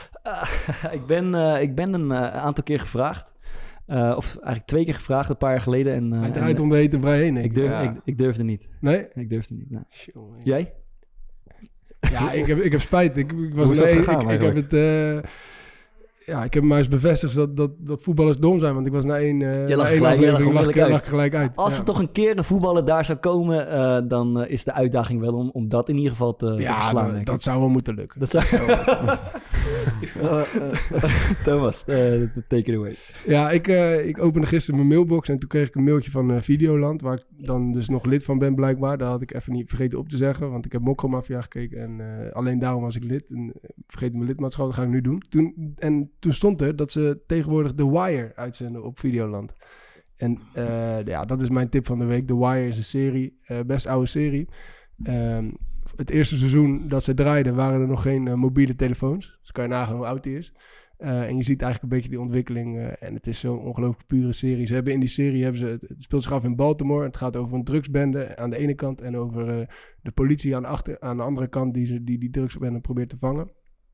Ik ben een aantal keer gevraagd. Of eigenlijk 2 keer gevraagd, een paar jaar geleden. Hij draait om de hete brei heen. Ik durfde niet. Nee? Ik durfde niet. Nou. Jij? Ja, ik heb spijt. Ik heb het... ik heb maar eens bevestigd dat voetballers dom zijn. Want ik was na één aflevering lag gelijk uit. Als er toch een keer een voetballer daar zou komen... dan is de uitdaging wel om dat in ieder geval te verslaan. Dat zou wel moeten lukken. Dat zou Thomas, take it away. Ja, ik opende gisteren mijn mailbox... en toen kreeg ik een mailtje van Videoland... waar ik dan dus nog lid van ben blijkbaar. Daar had ik even niet vergeten op te zeggen... want ik heb Mokromafia gekeken... en alleen daarom was ik lid. En vergeten mijn lidmaatschap, dat ga ik nu doen. Toen stond er dat ze tegenwoordig The Wire uitzenden op Videoland. En dat is mijn tip van de week. The Wire is een serie, best oude serie. Het eerste seizoen dat ze draaiden waren er nog geen mobiele telefoons. Dus kan je nagaan hoe oud die is. En je ziet eigenlijk een beetje die ontwikkeling. En het is zo'n ongelooflijk pure serie. Ze hebben in die serie, het speelt zich af in Baltimore. Het gaat over een drugsbende aan de ene kant. En over de politie aan de andere kant die drugsbende probeert te vangen.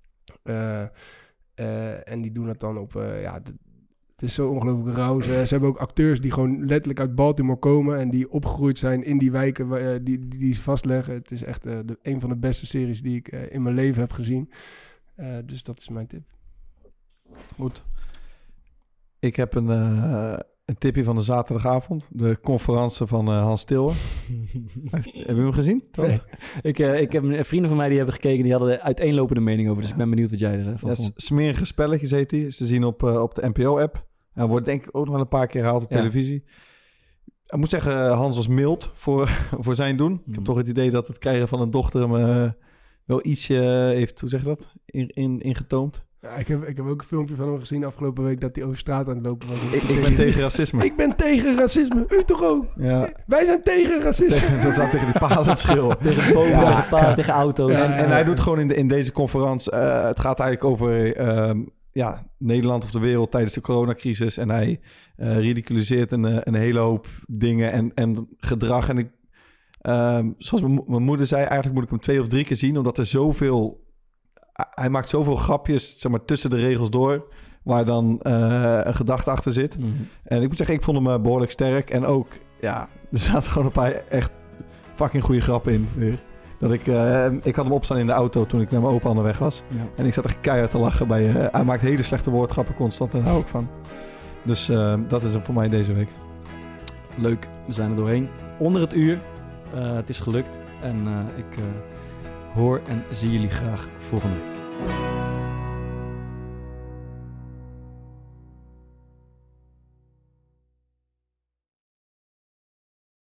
En die doen het dan op... het is zo ongelooflijk rauw. Ze hebben ook acteurs die gewoon letterlijk uit Baltimore komen... en die opgegroeid zijn in die wijken die ze vastleggen. Het is echt een van de beste series die ik in mijn leven heb gezien. Dus dat is mijn tip. Goed. Ik heb een tipje van de zaterdagavond. De conferentie van Hans Tilwe. Hebben we hem gezien? Nee. Ik heb vrienden van mij die hebben gekeken... die hadden uiteenlopende mening over. Dus ik ben benieuwd wat jij er van vond. Smerige spelletjes heet hij. Is te zien op de NPO-app. En wordt denk ik ook nog wel een paar keer gehaald op televisie. Ik moet zeggen, Hans was mild voor zijn doen. Ik heb toch het idee dat het krijgen van een dochter hem wel ietsje heeft... Hoe zeg je dat? Ingetoomd. Ja, ik heb ook een filmpje van hem gezien afgelopen week... dat hij over straat aan het lopen was. Ik ben tegen racisme. Ik ben tegen racisme. U toch ook? Ja. Wij zijn tegen racisme. Dat staat tegen die palen schil. Tegen bomen, tegen palen, tegen auto's. En hij doet gewoon in deze conferentie... het gaat eigenlijk over Nederland of de wereld tijdens de coronacrisis. En hij ridiculiseert een hele hoop dingen en gedrag. En zoals mijn moeder zei... eigenlijk moet ik hem 2 of 3 keer zien... omdat er zoveel... Hij maakt zoveel grapjes, zeg maar, tussen de regels door... waar dan een gedachte achter zit. Mm-hmm. En ik moet zeggen, ik vond hem behoorlijk sterk. En ook, er zaten gewoon een paar echt fucking goede grappen in. Weer. Dat ik had hem opstaan in de auto toen ik naar mijn opa onderweg was. Ja. En ik zat er keihard te lachen bij... hij maakt hele slechte woordgrappen constant, daar hou ik van. Dus dat is hem voor mij deze week. Leuk, we zijn er doorheen. Onder het uur. Het is gelukt. En ik... hoor en zie jullie graag volgende week.